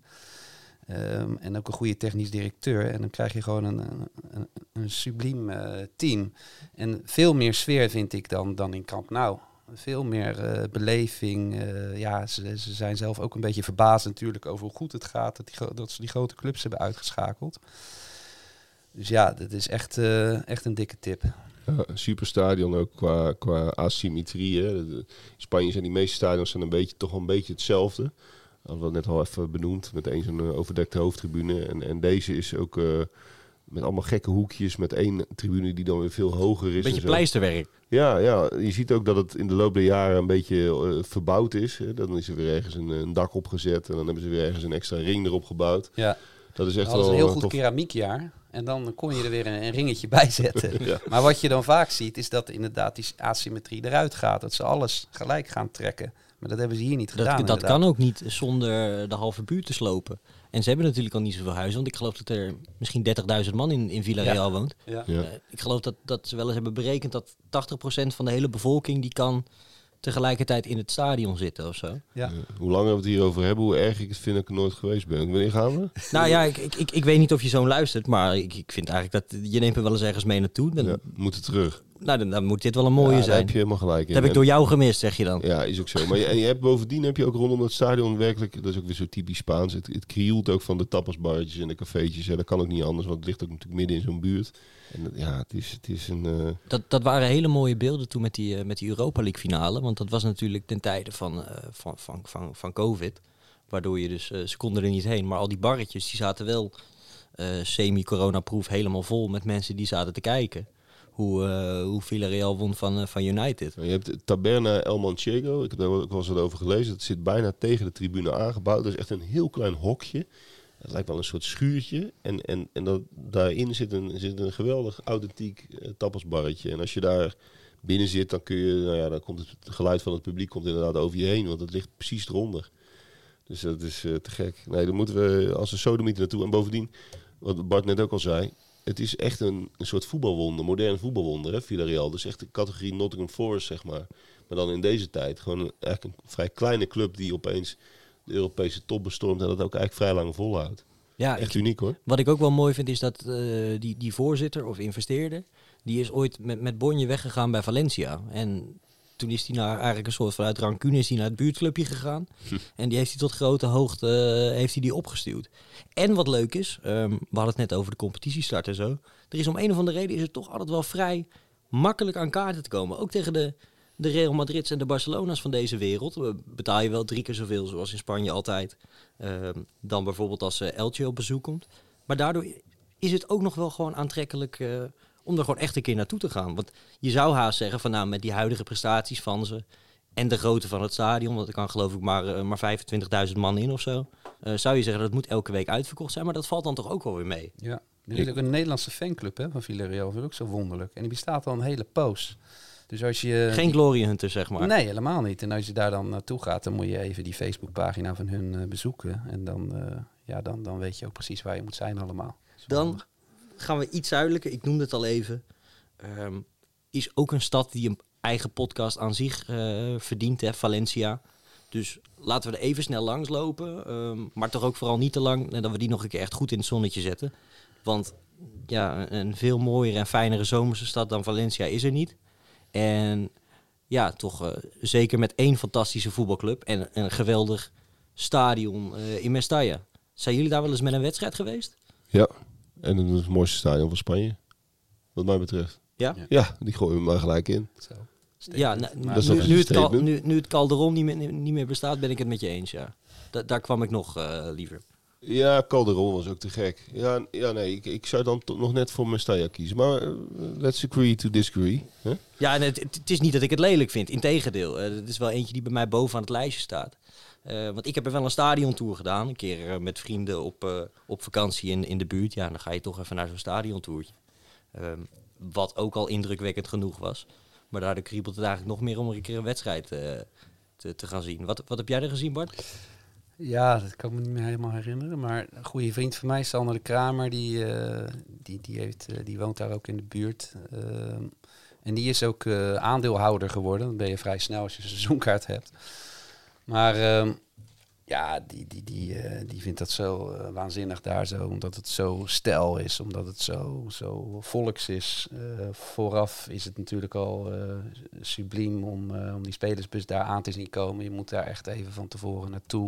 En ook een goede technisch directeur. En dan krijg je gewoon een subliem team. En veel meer sfeer vind ik dan in Camp Nou. Veel meer beleving. Ze zijn zelf ook een beetje verbaasd natuurlijk over hoe goed het gaat. Dat ze die grote clubs hebben uitgeschakeld. Dus ja, dat is echt een dikke tip. Ja, super stadion ook qua asymmetrie. Hè. In Spanje zijn die meeste stadions toch wel een beetje hetzelfde. Dat hadden we net al even benoemd. Met één zo'n overdekte hoofdtribune. En deze is ook met allemaal gekke hoekjes. Met één tribune die dan weer veel hoger is. Beetje pleisterwerk. Ja, je ziet ook dat het in de loop der jaren een beetje verbouwd is. Hè. Dan is er weer ergens een dak opgezet. En dan hebben ze weer ergens een extra ring erop gebouwd. Ja. Dat is echt wel een heel goed keramiekjaar. En dan kon je er weer een ringetje bij zetten. Ja. Maar wat je dan vaak ziet, is dat inderdaad die asymmetrie eruit gaat. Dat ze alles gelijk gaan trekken. Maar dat hebben ze hier niet gedaan. Dat kan ook niet zonder de halve buurt te slopen. En ze hebben natuurlijk al niet zoveel huizen. Want ik geloof dat er misschien 30.000 man in Villarreal woont. Ja. Ik geloof dat ze wel eens hebben berekend dat 80% van de hele bevolking die kan tegelijkertijd in het stadion zitten of zo. Ja. Hoe lang we het hierover hebben, hoe erg ik het vind dat ik er nooit geweest ben. Wanneer gaan we? Nou ja, ik weet niet of je zo'n luistert, maar ik vind eigenlijk dat je neemt er wel eens ergens mee naartoe. Dan moeten terug. Nou, dan moet dit wel een mooie zijn. Daar heb je helemaal gelijk in. Dat heb ik door jou gemist, zeg je dan. Ja, is ook zo. Maar je hebt bovendien heb je ook rondom het stadion werkelijk, dat is ook weer zo typisch Spaans, het krioelt ook van de tapasbarretjes en de cafeetjes. Ja, dat kan ook niet anders, want het ligt ook natuurlijk midden in zo'n buurt. En het is een... Dat waren hele mooie beelden toen met die Europa League finale. Want dat was natuurlijk ten tijde van COVID. Waardoor je dus, ze konden er niet heen. Maar al die barretjes, die zaten wel semi-corona-proof helemaal vol met mensen die zaten te kijken. hoe Villarreal won van United. Je hebt Taberna El Manchego, ik heb daar ook wel eens wat over gelezen. Het zit bijna tegen de tribune aangebouwd. Dat is echt een heel klein hokje. Het lijkt wel een soort schuurtje. En daarin zit een geweldig authentiek tapasbarretje. En als je daar binnen zit, dan kun je, dan komt het geluid van het publiek komt inderdaad over je heen. Want het ligt precies eronder. Dus dat is te gek. Nee, dan moeten we als een sodomieten naartoe. En bovendien, wat Bart net ook al zei, het is echt een soort voetbalwonder, modern voetbalwonder, hè, Villarreal. Dus echt de categorie Nottingham Forest, zeg maar. Maar dan in deze tijd gewoon eigenlijk een vrij kleine club die opeens de Europese top bestormt en dat ook eigenlijk vrij lang volhoudt. Ja, Echt uniek hoor. Wat ik ook wel mooi vind is dat die voorzitter of investeerder, die is ooit met Bonje weggegaan bij Valencia. En toen is hij eigenlijk een soort vanuit rancune is hij naar het buurtclubje gegaan. En die heeft hij tot grote hoogte heeft hij die opgestuwd. En wat leuk is, we hadden het net over de competitiestart en zo. Er is om een of andere reden is het toch altijd wel vrij makkelijk aan kaarten te komen. Ook tegen de Real Madrids en de Barcelona's van deze wereld. Betaal je wel 3 keer zoveel zoals in Spanje altijd. Dan bijvoorbeeld als Elche op bezoek komt. Maar daardoor is het ook nog wel gewoon aantrekkelijk om er gewoon echt een keer naartoe te gaan. Want je zou haast zeggen van nou met die huidige prestaties van ze en de grootte van het stadion, want er kan geloof ik maar 25.000 man in of zo. Zou je zeggen dat het moet elke week uitverkocht zijn, maar dat valt dan toch ook wel weer mee. Ja, er is ook een Nederlandse fanclub van Villarreal, dat is ook zo wonderlijk. En die bestaat al een hele poos. Dus als je geen Glory Hunter, zeg maar. Nee, helemaal niet. En als je daar dan naartoe gaat, dan moet je even die Facebookpagina van hun bezoeken. En dan weet je ook precies waar je moet zijn allemaal. Dan gaan we iets zuidelijker. Ik noemde het al even. Is ook een stad die een eigen podcast aan zich verdient, hè, Valencia. Dus laten we er even snel langs lopen. Maar toch ook vooral niet te lang. En dat we die nog een keer echt goed in het zonnetje zetten. Want ja, een veel mooiere en fijnere zomerse stad dan Valencia is er niet. En ja, toch zeker met 1 fantastische voetbalclub en een geweldig stadion in Mestalla. Zijn jullie daar wel eens met een wedstrijd geweest? Ja, en dat is het mooiste stadion van Spanje, wat mij betreft. Ja? Ja, die gooien we maar gelijk in. Zo. Ja, nu het Calderon niet meer bestaat, ben ik het met je eens, ja. Daar kwam ik nog liever. Ja, Calderon was ook te gek. Ja, nee, ik zou dan toch nog net voor Mestalla kiezen. Maar let's agree to disagree. Huh? Ja, en het is niet dat ik het lelijk vind. Integendeel, het is wel eentje die bij mij bovenaan het lijstje staat. Want ik heb er wel een stadiontour gedaan. Een keer met vrienden op vakantie in de buurt. Ja, dan ga je toch even naar zo'n stadiontourtje. Wat ook al indrukwekkend genoeg was. Maar daardoor kriebelt het eigenlijk nog meer om een keer een wedstrijd te gaan zien. Wat heb jij er gezien, Bart? Ja, dat kan ik me niet meer helemaal herinneren. Maar een goede vriend van mij, Sander de Kramer, die woont daar ook in de buurt. En die is ook aandeelhouder geworden. Dan ben je vrij snel als je een seizoenkaart hebt. Maar die vindt dat zo waanzinnig daar zo. Omdat het zo stijl is, omdat het zo volks is. Vooraf is het natuurlijk al subliem om die spelersbus daar aan te zien komen. Je moet daar echt even van tevoren naartoe.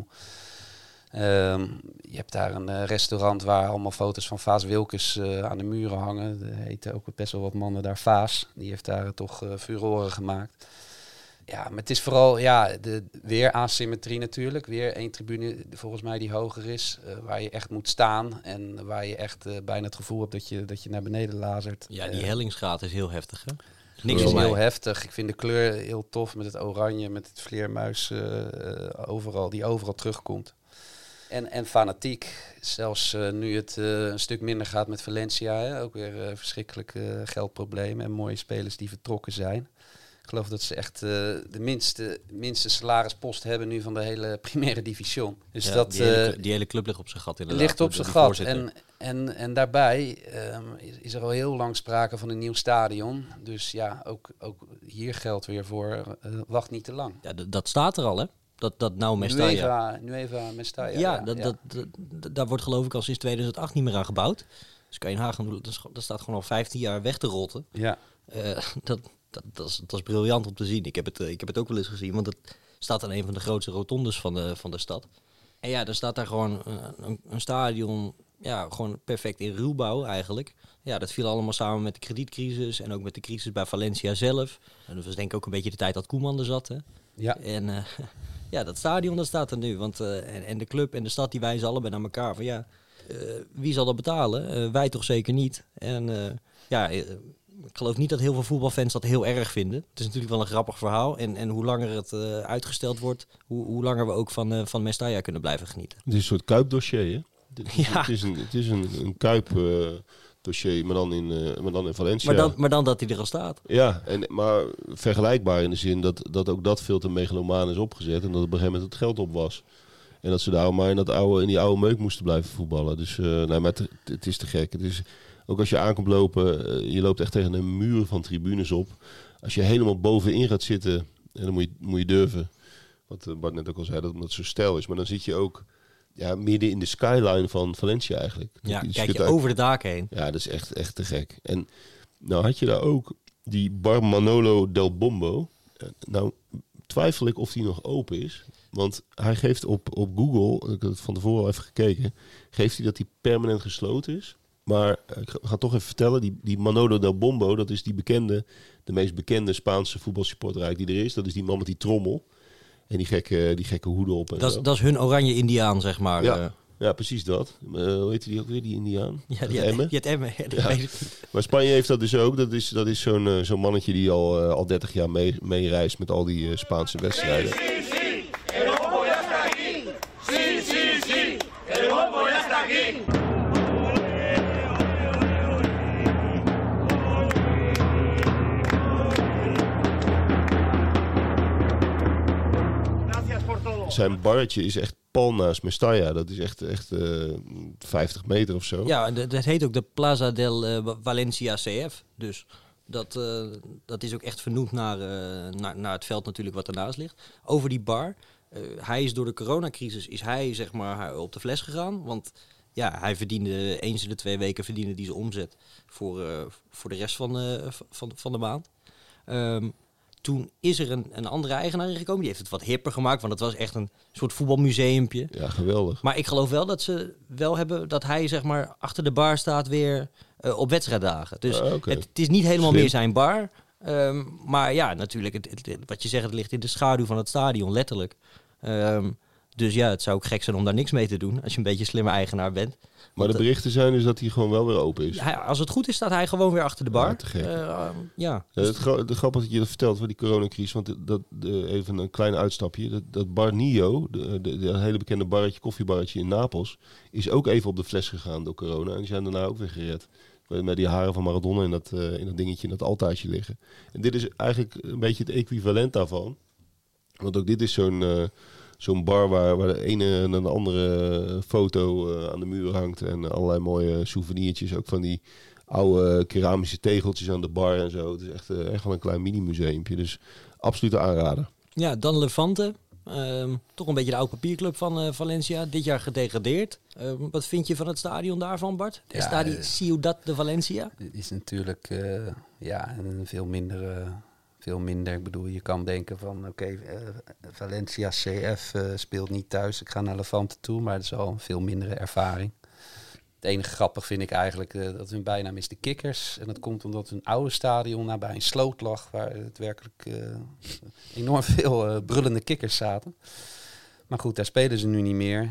Je hebt daar een restaurant waar allemaal foto's van Vaas Wilkes aan de muren hangen. Er heten ook best wel wat mannen daar Vaas. Die heeft daar toch furoren gemaakt. Ja, maar het is vooral weer asymmetrie natuurlijk. Weer 1 tribune volgens mij die hoger is. Waar je echt moet staan. En waar je echt bijna het gevoel hebt dat je naar beneden lazert. Ja, die hellingsgraad is heel heftig, hè? Niks is heel heftig. Ik vind de kleur heel tof met het oranje, met het vleermuis die overal terugkomt. En fanatiek. Zelfs nu het een stuk minder gaat met Valencia. Hè? Ook weer verschrikkelijke geldproblemen en mooie spelers die vertrokken zijn. Ik geloof dat ze echt de minste salarispost hebben nu van de hele Primera Division. Dus ja, dat, die hele club ligt op zijn gat inderdaad. Ligt op zijn gat. En daarbij is er al heel lang sprake van een nieuw stadion. Dus ja, ook hier geldt weer voor wacht niet te lang. Ja, dat staat er al, hè? Dat nou Mestalla. Nueva Mestalla. Ja, daar wordt geloof ik al sinds 2008 niet meer aan gebouwd. Dus kan je nagaan, dat staat gewoon al 15 jaar weg te rotten. Ja. Dat is briljant om te zien. Ik heb het ook wel eens gezien, want het staat aan een van de grootste rotondes van de stad. En ja, dan staat daar gewoon een stadion, ja, gewoon perfect in ruwbouw eigenlijk. Ja, dat viel allemaal samen met de kredietcrisis en ook met de crisis bij Valencia zelf. En dat was denk ik ook een beetje de tijd dat Koeman er zat, hè. Ja. En dat stadion dat staat er nu. Want, en de club en de stad die wijzen allebei naar elkaar. Van wie zal dat betalen? Wij toch zeker niet. En Ik geloof niet dat heel veel voetbalfans dat heel erg vinden. Het is natuurlijk wel een grappig verhaal. En hoe langer het uitgesteld wordt, hoe langer we ook van Mestalla kunnen blijven genieten. Het is een soort kuipdossier, hè? Ja. Het is een kuipdossier, maar dan in Valencia. Maar dan dat hij er al staat. Ja, maar vergelijkbaar in de zin dat ook dat veel te megalomaan is opgezet. En dat op een gegeven moment het geld op was. En dat ze daar maar in die oude meuk moesten blijven voetballen. Dus maar het is te gek. Het is, ook als je aankomt lopen, je loopt echt tegen een muur van tribunes op. Als je helemaal bovenin gaat zitten, en dan moet je durven. Wat Bart net ook al zei, dat het zo stijl is. Maar dan zit je ook midden in de skyline van Valencia eigenlijk. Ja, Dus kijk je over de daken heen. Ja, dat is echt te gek. En nou had je daar ook die bar Manolo del Bombo. Nou twijfel ik of die nog open is. Want hij geeft op Google, ik heb het van tevoren al even gekeken, geeft hij dat die permanent gesloten is. Maar ik ga toch even vertellen, die Manolo del Bombo, dat is de meest bekende Spaanse voetbalsupporter die er is. Dat is die man met die trommel en die gekke hoeden op. En dat is hun oranje indiaan, zeg maar. Ja, precies dat. Hoe heet die ook weer, die indiaan? Ja, die het Emmen. Maar Spanje heeft dat dus ook. Dat is zo'n mannetje die al 30 jaar meereist met al die Spaanse wedstrijden. Zijn barretje is echt pal naast Mestalla. Dat is echt 50 meter of zo. Ja, dat heet ook de Plaza del Valencia CF. Dus dat is ook echt vernoemd naar het veld natuurlijk wat ernaast ligt. Over die bar. Hij is door de coronacrisis zeg maar op de fles gegaan. Want ja, hij verdiende eens in de 2 weken verdiende die zijn omzet voor de rest van de maand. Toen is er een andere eigenaar ingekomen. Die heeft het wat hipper gemaakt, want het was echt een soort voetbalmuseumpje. Ja, geweldig. Maar ik geloof wel dat ze wel hebben dat hij zeg maar achter de bar staat weer op wedstrijddagen. Dus het is niet helemaal meer zijn bar. Maar ja, natuurlijk, wat je zegt, het ligt in de schaduw van het stadion, letterlijk. Dus ja, het zou ook gek zijn om daar niks mee te doen als je een beetje slimme eigenaar bent. Maar de berichten zijn dus dat hij gewoon wel weer open is. Als het goed is, staat hij gewoon weer achter de bar. Ja, te gek. Dus het grappig dat je dat vertelt van die coronacrisis. Want even een klein uitstapje. Dat Bar Nio, dat hele bekende koffiebarretje in Napels, is ook even op de fles gegaan door corona. En die zijn daarna ook weer gered. Met die haren van Maradona in dat dingetje, in dat altaartje liggen. En dit is eigenlijk een beetje het equivalent daarvan. Want ook dit is zo'n bar waar de ene en de andere foto aan de muur hangt. En allerlei mooie souvenirtjes. Ook van die oude keramische tegeltjes aan de bar en zo. Het is echt wel een klein mini-museumpje. Dus absoluut een aanrader. Ja, dan Levante. Toch een beetje de oude papierclub van Valencia. Dit jaar gedegradeerd. Wat vind je van het stadion daarvan, Bart? De Stadi Ciudad de Valencia? Het is natuurlijk veel minder. Ik bedoel, je kan denken van Valencia CF speelt niet thuis. Ik ga naar Levante toe, maar het is al een veel mindere ervaring. Het enige grappig vind ik eigenlijk dat hun bijnaam is de Kikkers. En dat komt omdat hun oude stadion nabij een sloot lag, waar het werkelijk enorm veel brullende kikkers zaten. Maar goed, daar spelen ze nu niet meer.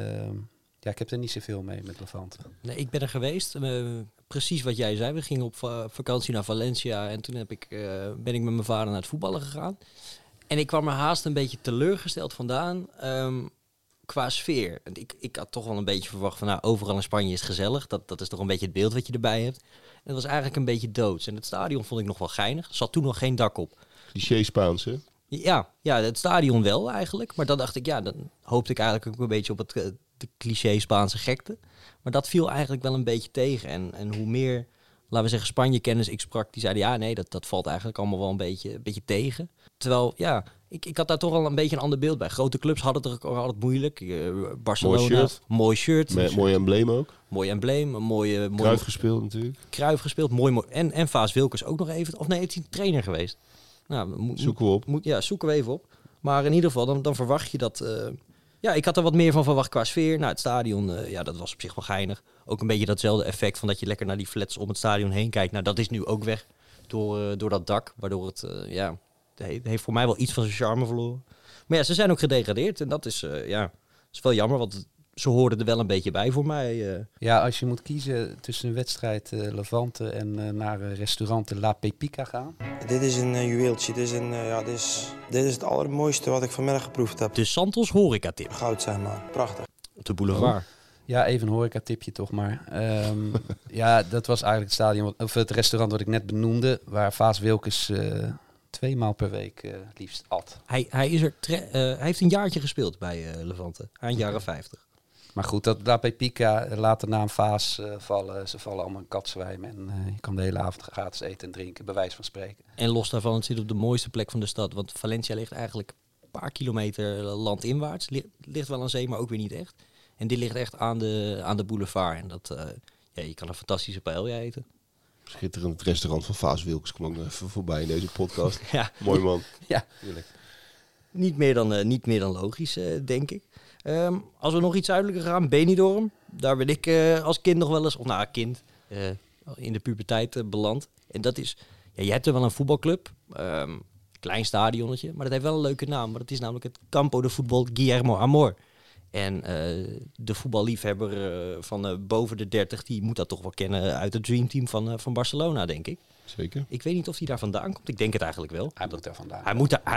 Ik heb er niet zoveel mee met Levante. Nee, ik ben er geweest. Precies wat jij zei. We gingen op vakantie naar Valencia en toen ben ik met mijn vader naar het voetballen gegaan. En ik kwam er haast een beetje teleurgesteld vandaan qua sfeer. Ik had toch wel een beetje verwacht van overal in Spanje is gezellig. Dat is toch een beetje het beeld wat je erbij hebt. En het was eigenlijk een beetje doods. En het stadion vond ik nog wel geinig. Er zat toen nog geen dak op. Cliché Spaans, hè? Ja, het stadion wel eigenlijk. Maar dan dacht ik, dan hoopte ik eigenlijk ook een beetje op de cliché Spaanse gekte. Maar dat viel eigenlijk wel een beetje tegen. En hoe meer, laten we zeggen, Spanje-kennis ik sprak, die zeiden dat valt eigenlijk allemaal wel een beetje tegen. Terwijl, ik had daar toch al een beetje een ander beeld bij. Grote clubs hadden het er altijd moeilijk. Barcelona, mooi shirt. Mooi embleem ook. Mooi embleem, mooie Cruijff gespeeld natuurlijk. Cruijff gespeeld, mooi. En Vaas Wilkers ook nog even. Of nee, het is een trainer geweest. Nou, zoeken we op. Zoeken we even op. Maar in ieder geval, dan verwacht je dat... ik had er wat meer van verwacht qua sfeer. Het stadion, dat was op zich wel geinig. Ook een beetje datzelfde effect van dat je lekker naar die flats om het stadion heen kijkt. Nou, dat is nu ook weg door dat dak. Waardoor het, het heeft voor mij wel iets van zijn charme verloren. Maar ze zijn ook gedegradeerd. En dat is, is wel jammer, want ze hoorden er wel een beetje bij voor mij. Ja, als je moet kiezen tussen een wedstrijd Levante en naar restaurant La Pepica gaan. Dit is een juweeltje. Dit is het allermooiste wat ik vanmiddag geproefd heb. De Santos horecatip Goud zijn, man. Prachtig. op de boulevard. Ja, even een horeca-tipje toch maar. Ja, dat was eigenlijk het stadion, of het restaurant wat ik net benoemde, waar Vaas Wilkes 2 maal per week het liefst at. Hij heeft een jaartje gespeeld bij Levante, aan jaren 50. Maar goed, dat La Pepica laat de naam Vaas vallen. Ze vallen allemaal in katzwijm en je kan de hele avond gratis eten en drinken, bij wijze van spreken. En los daarvan, het zit op de mooiste plek van de stad. Want Valencia ligt eigenlijk een paar kilometer landinwaarts. Ligt wel aan zee, maar ook weer niet echt. En dit ligt echt aan de boulevard. En dat, je kan een fantastische paella eten. Schitterend, het restaurant van Vaas Wilkes kwam ook nog even voorbij in deze podcast. Ja. Mooi man. Ja, tuurlijk. Niet meer dan logisch, denk ik. Als we nog iets zuidelijker gaan, Benidorm. Daar ben ik als kind nog wel eens, in de puberteit beland. En dat is, je hebt er wel een voetbalclub, klein stadionnetje, maar dat heeft wel een leuke naam. Maar dat is namelijk het Campo de Fútbol Guillermo Amor. En de voetballiefhebber van boven de 30, die moet dat toch wel kennen uit het dreamteam van Barcelona, denk ik. Zeker. Ik weet niet of hij daar vandaan komt. Ik denk het eigenlijk wel. Hij moet daar vandaan.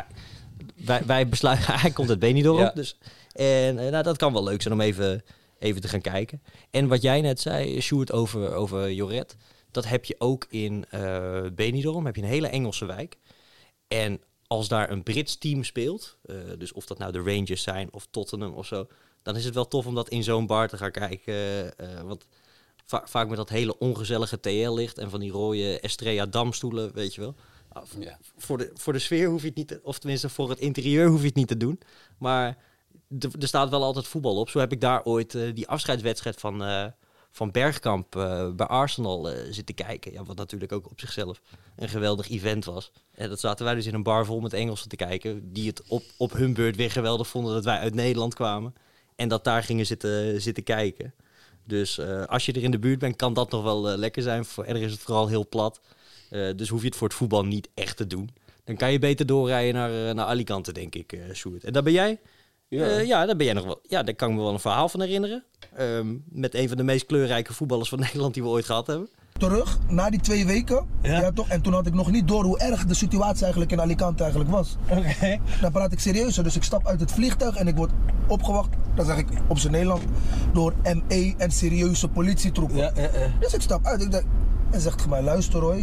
Wij besluiten, hij komt uit Benidorm. Ja. Dus, en dat kan wel leuk zijn om even te gaan kijken. En wat jij net zei, Sjoerd, over Lloret. Dat heb je ook in Benidorm. Heb je een hele Engelse wijk. En als daar een Brits team speelt, dus of dat nou de Rangers zijn of Tottenham of zo, dan is het wel tof om dat in zo'n bar te gaan kijken. Want vaak met dat hele ongezellige TL-licht en van die rode Estrella damstoelen, weet je wel. Ja. Voor de sfeer hoef je het niet, of tenminste voor het interieur hoef je het niet te doen. Maar er staat wel altijd voetbal op. Zo heb ik daar ooit die afscheidswedstrijd van Bergkamp bij Arsenal zitten kijken. Ja, wat natuurlijk ook op zichzelf een geweldig event was. En dat zaten wij dus in een bar vol met Engelsen te kijken, die het op hun beurt weer geweldig vonden dat wij uit Nederland kwamen. En dat daar gingen zitten kijken. Dus als je er in de buurt bent, kan dat nog wel lekker zijn. Verder is het vooral heel plat. Dus hoef je het voor het voetbal niet echt te doen. Dan kan je beter doorrijden naar Alicante, denk ik, Sjoerd. En daar ben jij? Ja. Daar ben jij nog wel. Ja, daar kan ik me wel een verhaal van herinneren. Met een van de meest kleurrijke voetballers van Nederland die we ooit gehad hebben. Terug, na die 2 weken. Ja, toch? En toen had ik nog niet door hoe erg de situatie eigenlijk in Alicante eigenlijk was. Oké. Dan praat ik serieus. Dus ik stap uit het vliegtuig en ik word opgewacht, dan zeg ik op zijn Nederland, door ME en serieuze politietroepen. Ja. Dus ik stap uit. Ik denk, en zegt hij mij, luister hoor,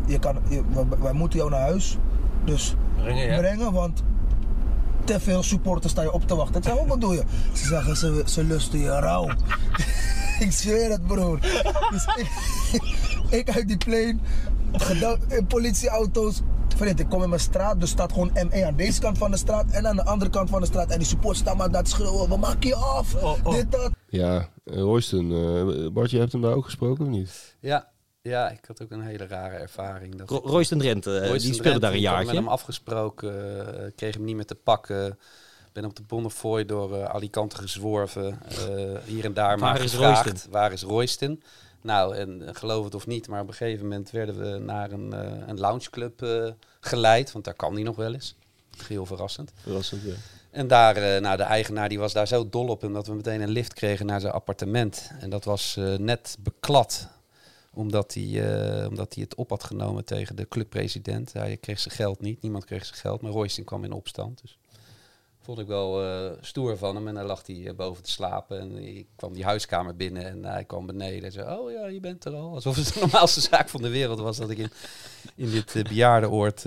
wij moeten jou naar huis. Dus brengen, want te veel supporters staan je op te wachten. Ik zeg, wat bedoel je? Ze zeggen, ze lusten je rauw. Ik zweer het, broer. Dus ik uit die plane, in politieauto's. Vriend, ik kom in mijn straat, dus staat gewoon ME aan deze kant van de straat en aan de andere kant van de straat. En die supporters staan maar daar te schreeuwen, we maken je af, dit, dat. Ja, Royston, Bart, je hebt hem daar ook gesproken of niet? Ja, ik had ook een hele rare ervaring. Royston Drenthe, die speelde daar een Ik had jaartje. met hem afgesproken, kreeg hem niet meer te pakken. Ben op de Bonnefoy door Alicante gezworven. Hier en daar maar gevraagd, waar is Royston? Nou, en geloof het of niet, maar op een gegeven moment werden we naar een loungeclub geleid. Want daar kan hij nog wel eens. Heel verrassend. Verrassend, ja. En daar, de eigenaar die was daar zo dol op hem dat we meteen een lift kregen naar zijn appartement. En dat was net beklad. Omdat hij het op had genomen tegen de clubpresident. Hij kreeg zijn geld niet. Niemand kreeg zijn geld. Maar Royston kwam in opstand. Dus vond ik wel stoer van hem. En dan lag hij boven te slapen. En ik kwam die huiskamer binnen. En hij kwam beneden. En zei, oh ja, je bent er al. Alsof het de normaalste zaak van de wereld was. Dat ik in dit bejaardenoord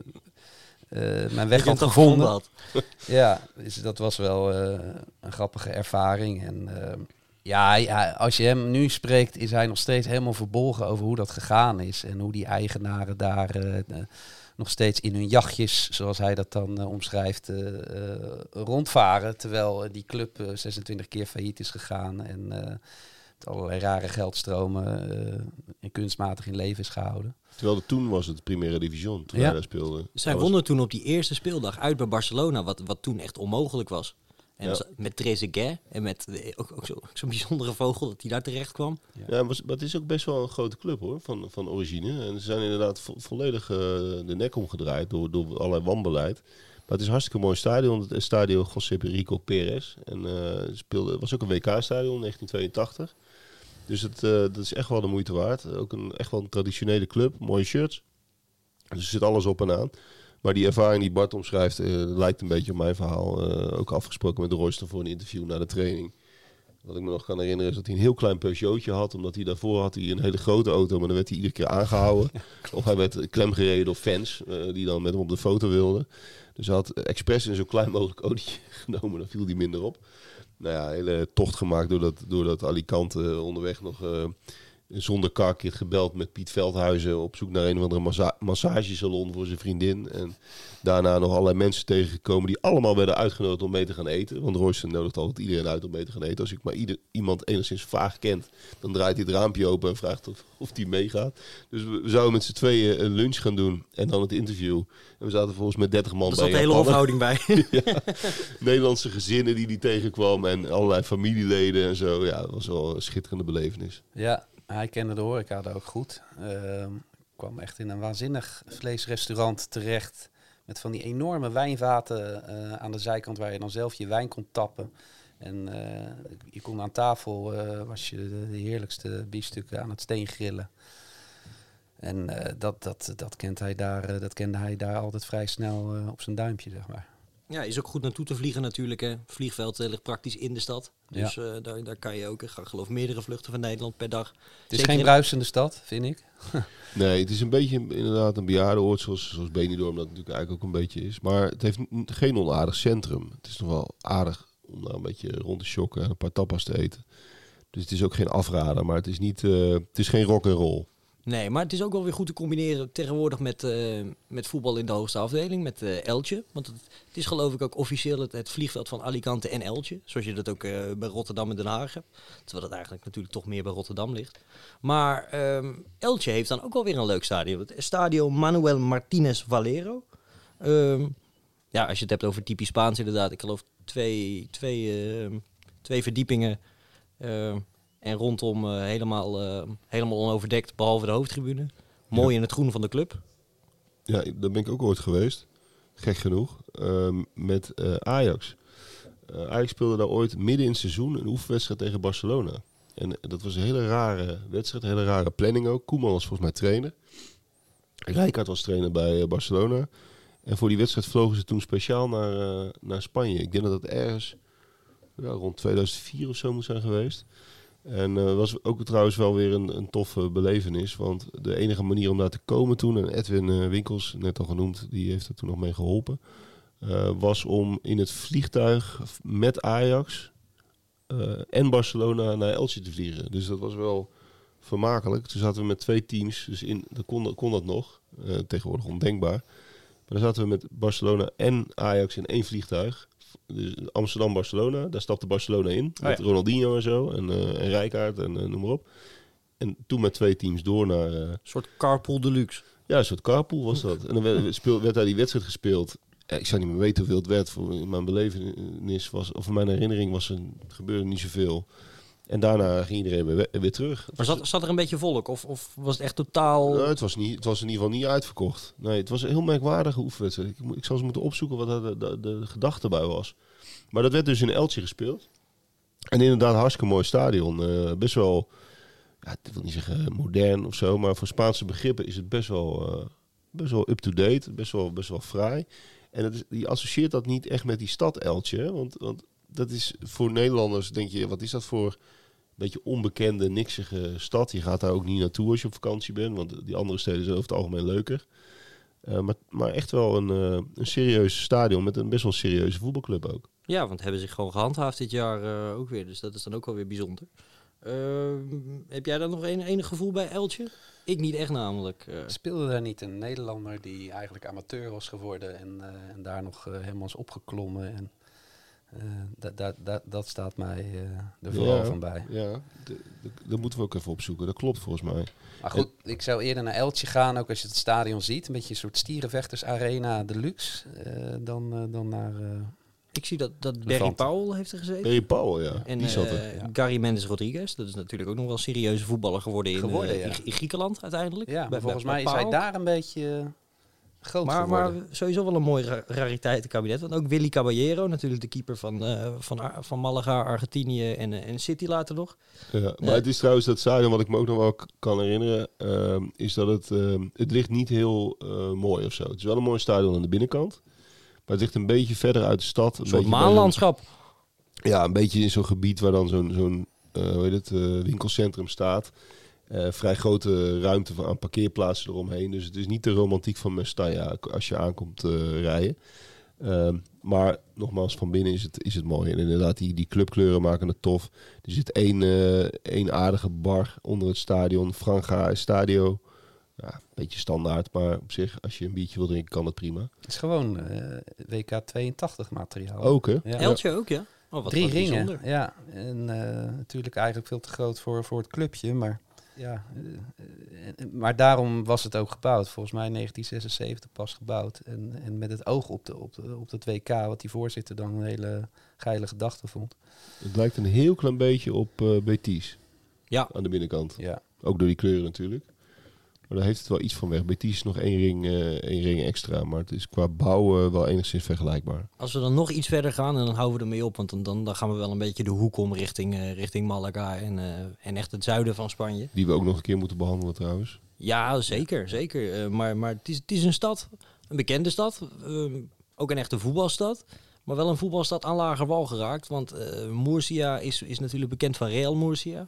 mijn weg had gevonden. Ja, dus dat was wel een grappige ervaring. En als je hem nu spreekt, is hij nog steeds helemaal verbolgen over hoe dat gegaan is. En hoe die eigenaren daar nog steeds in hun jachtjes, zoals hij dat dan omschrijft, rondvaren. Terwijl die club 26 keer failliet is gegaan en met allerlei rare geldstromen en kunstmatig in leven is gehouden. Terwijl toen was het Primera Division, toen hij daar speelde. Zij wonnen toen op die eerste speeldag uit bij Barcelona, wat toen echt onmogelijk was. En met Trezeguet en met ook zo'n bijzondere vogel dat hij daar terecht kwam. Ja, maar het is ook best wel een grote club hoor, van origine. En ze zijn inderdaad volledig de nek omgedraaid door allerlei wanbeleid. het is een hartstikke mooi stadion. Het Stadio José Rico Pérez. En het was ook een WK-stadion in 1982. Dus dat is echt wel de moeite waard. Ook echt wel een traditionele club. Mooie shirts. Dus er zit alles op en aan. Maar die ervaring die Bart omschrijft, lijkt een beetje op mijn verhaal. Ook afgesproken met Royster voor een interview na de training. Wat ik me nog kan herinneren is dat hij een heel klein Peugeotje had. Omdat hij daarvoor had hij een hele grote auto, maar dan werd hij iedere keer aangehouden. Of hij werd klemgereden door fans die dan met hem op de foto wilden. Dus hij had expres een zo klein mogelijk autootje genomen. Dan viel hij minder op. Nou ja, hele tocht gemaakt doordat Alicante onderweg nog zonder karkit gebeld met Piet Veldhuizen op zoek naar een of andere massagesalon voor zijn vriendin. En daarna nog allerlei mensen tegengekomen die allemaal werden uitgenodigd om mee te gaan eten. Want Royster nodigt altijd iedereen uit om mee te gaan eten. Als ik maar iemand enigszins vaag kent, dan draait hij het raampje open en vraagt of die meegaat. Dus we zouden met z'n tweeën een lunch gaan doen en dan het interview. En we zaten volgens met 30 man bij. Er zat een hele hofhouding bij. Ja, Nederlandse gezinnen die tegenkwam en allerlei familieleden en zo. Ja, dat was wel een schitterende belevenis. Ja, hij kende de horeca daar ook goed. Kwam echt in een waanzinnig vleesrestaurant terecht. Met van die enorme wijnvaten aan de zijkant waar je dan zelf je wijn kon tappen. En je kon aan tafel, was je de heerlijkste biefstukken aan het steen grillen. En dat kende hij daar altijd vrij snel op zijn duimpje, zeg maar. Ja, is ook goed naartoe te vliegen natuurlijk. Hè. Vliegveld ligt praktisch in de stad. Dus daar kan je ook, ik geloof, meerdere vluchten van Nederland per dag. Het is geen bruisende stad, vind ik. Nee, het is een beetje inderdaad een bejaardenoord zoals Benidorm dat natuurlijk eigenlijk ook een beetje is. Maar het heeft geen onaardig centrum. Het is nog wel aardig om daar een beetje rond te shocken en een paar tapas te eten. Dus het is ook geen afrader, maar het is niet, het is geen rock and roll. Nee, maar het is ook wel weer goed te combineren tegenwoordig met voetbal in de hoogste afdeling, met Elche. Want het is geloof ik ook officieel het vliegveld van Alicante en Elche. Zoals je dat ook bij Rotterdam en Den Haag hebt. Terwijl het eigenlijk natuurlijk toch meer bij Rotterdam ligt. Maar Elche heeft dan ook wel weer een leuk stadion. Het Stadio Manuel Martínez Valero. Ja, als je het hebt over typisch Spaans inderdaad. Ik geloof twee verdiepingen. En rondom helemaal onoverdekt, behalve de hoofdtribune. Mooi in het groen van de club. Ja, daar ben ik ook ooit geweest. Gek genoeg. Met Ajax. Ajax speelde daar ooit midden in het seizoen een oefenwedstrijd tegen Barcelona. En dat was een hele rare wedstrijd, een hele rare planning ook. Koeman was volgens mij trainer. Rijkaard was trainer bij Barcelona. En voor die wedstrijd vlogen ze toen speciaal naar Spanje. Ik denk dat dat ergens rond 2004 of zo moet zijn geweest. En was ook trouwens wel weer een toffe belevenis. Want de enige manier om daar te komen toen, en Edwin Winkels, net al genoemd, die heeft er toen nog mee geholpen, was om in het vliegtuig met Ajax en Barcelona naar Elche te vliegen. Dus dat was wel vermakelijk. Toen zaten we met 2 teams, dus dan kon dat nog. Tegenwoordig ondenkbaar. Maar dan zaten we met Barcelona en Ajax in 1 vliegtuig. Dus Amsterdam-Barcelona, daar stapte Barcelona in. Met Ronaldinho en zo. En Rijkaard en noem maar op. En toen met 2 teams door naar... Een soort carpool deluxe. Ja, een soort carpool was dat. En dan werd daar die wedstrijd gespeeld. Ja, ik zou niet meer weten hoeveel het werd. In mijn belevenis was, of in mijn herinnering was het gebeurde niet zoveel. En daarna ging iedereen weer terug. Maar zat er een beetje volk? Of was het echt totaal... Nou, het was in ieder geval niet uitverkocht. Nee, het was een heel merkwaardige oefenwedstrijd. Ik zal eens moeten opzoeken wat de gedachte bij was. Maar dat werd dus in Elche gespeeld. En inderdaad, hartstikke mooi stadion. Best wel, ja, ik wil niet zeggen modern of zo, maar voor Spaanse begrippen is het best wel up-to-date. Best wel fraai. En je associeert dat niet echt met die stad Elche. Hè? Want dat is voor Nederlanders, denk je, wat is dat voor beetje onbekende, niksige stad. Je gaat daar ook niet naartoe als je op vakantie bent, want die andere steden zijn over het algemeen leuker. Maar echt wel een serieus stadion met een best wel serieuze voetbalclub ook. Ja, want hebben zich gewoon gehandhaafd dit jaar ook weer. Dus dat is dan ook wel weer bijzonder. Heb jij dan nog enig gevoel bij Elche? Ik niet echt namelijk. Speelde daar niet een Nederlander die eigenlijk amateur was geworden en daar nog helemaal is opgeklommen en... Dat staat mij er vooral van bij. Ja, dat moeten we ook even opzoeken. Dat klopt volgens mij. Maar goed, ik zou eerder naar Elche gaan, ook als je het stadion ziet. Een beetje een soort stierenvechtersarena deluxe. Dan naar... ik zie dat Barry Powell heeft er gezeten. Barry Powell, ja. En die zat er. Gary Mendes Rodriguez. Dat is natuurlijk ook nog wel een serieuze voetballer geworden in Griekenland uiteindelijk. Ja, maar volgens mij is hij daar een beetje... groot Maar geworden. sowieso wel een mooi rariteitenkabinet. Want ook Willy Caballero, natuurlijk de keeper van Malaga, Argentinië en City later nog. Ja, maar het is trouwens dat stadion, wat ik me ook nog wel kan herinneren, is dat het ligt niet heel mooi of zo. Het is wel een mooi stadion aan de binnenkant, maar het ligt een beetje verder uit de stad. Een soort maanlandschap. Ja, een beetje in zo'n gebied waar dan zo'n winkelcentrum staat. Vrij grote ruimte aan parkeerplaatsen eromheen. Dus het is niet de romantiek van Mestalla als je aankomt rijden. Maar nogmaals, van binnen is het mooi. En inderdaad, die clubkleuren maken het tof. Er zit één aardige bar onder het stadion. Franja Estadio. Ja, een beetje standaard, maar op zich, als je een biertje wil drinken, kan het prima. Het is gewoon WK 82 materiaal. Ook, hè? Ja. Eltje ook, ja. Oh, wat 3 wat ringen, bijzonder. ja. En natuurlijk eigenlijk veel te groot voor het clubje, maar ja. Maar daarom was het ook gebouwd. Volgens mij in 1976 pas gebouwd. En met het oog op het WK, wat die voorzitter dan een hele geile gedachte vond. Het lijkt een heel klein beetje op Betis. Ja. Aan de binnenkant. Ja. Ook door die kleuren natuurlijk. Maar daar heeft het wel iets van weg. Betis is nog één ring extra. Maar het is qua bouw wel enigszins vergelijkbaar. Als we dan nog iets verder gaan, en dan houden we ermee op. Want dan gaan we wel een beetje de hoek om richting Malaga en echt het zuiden van Spanje. Die we ook nog een keer moeten behandelen trouwens. Ja, zeker. Maar het is een stad, een bekende stad. Ook een echte voetbalstad. Maar wel een voetbalstad aan lager wal geraakt. Want Murcia is natuurlijk bekend van Real Murcia.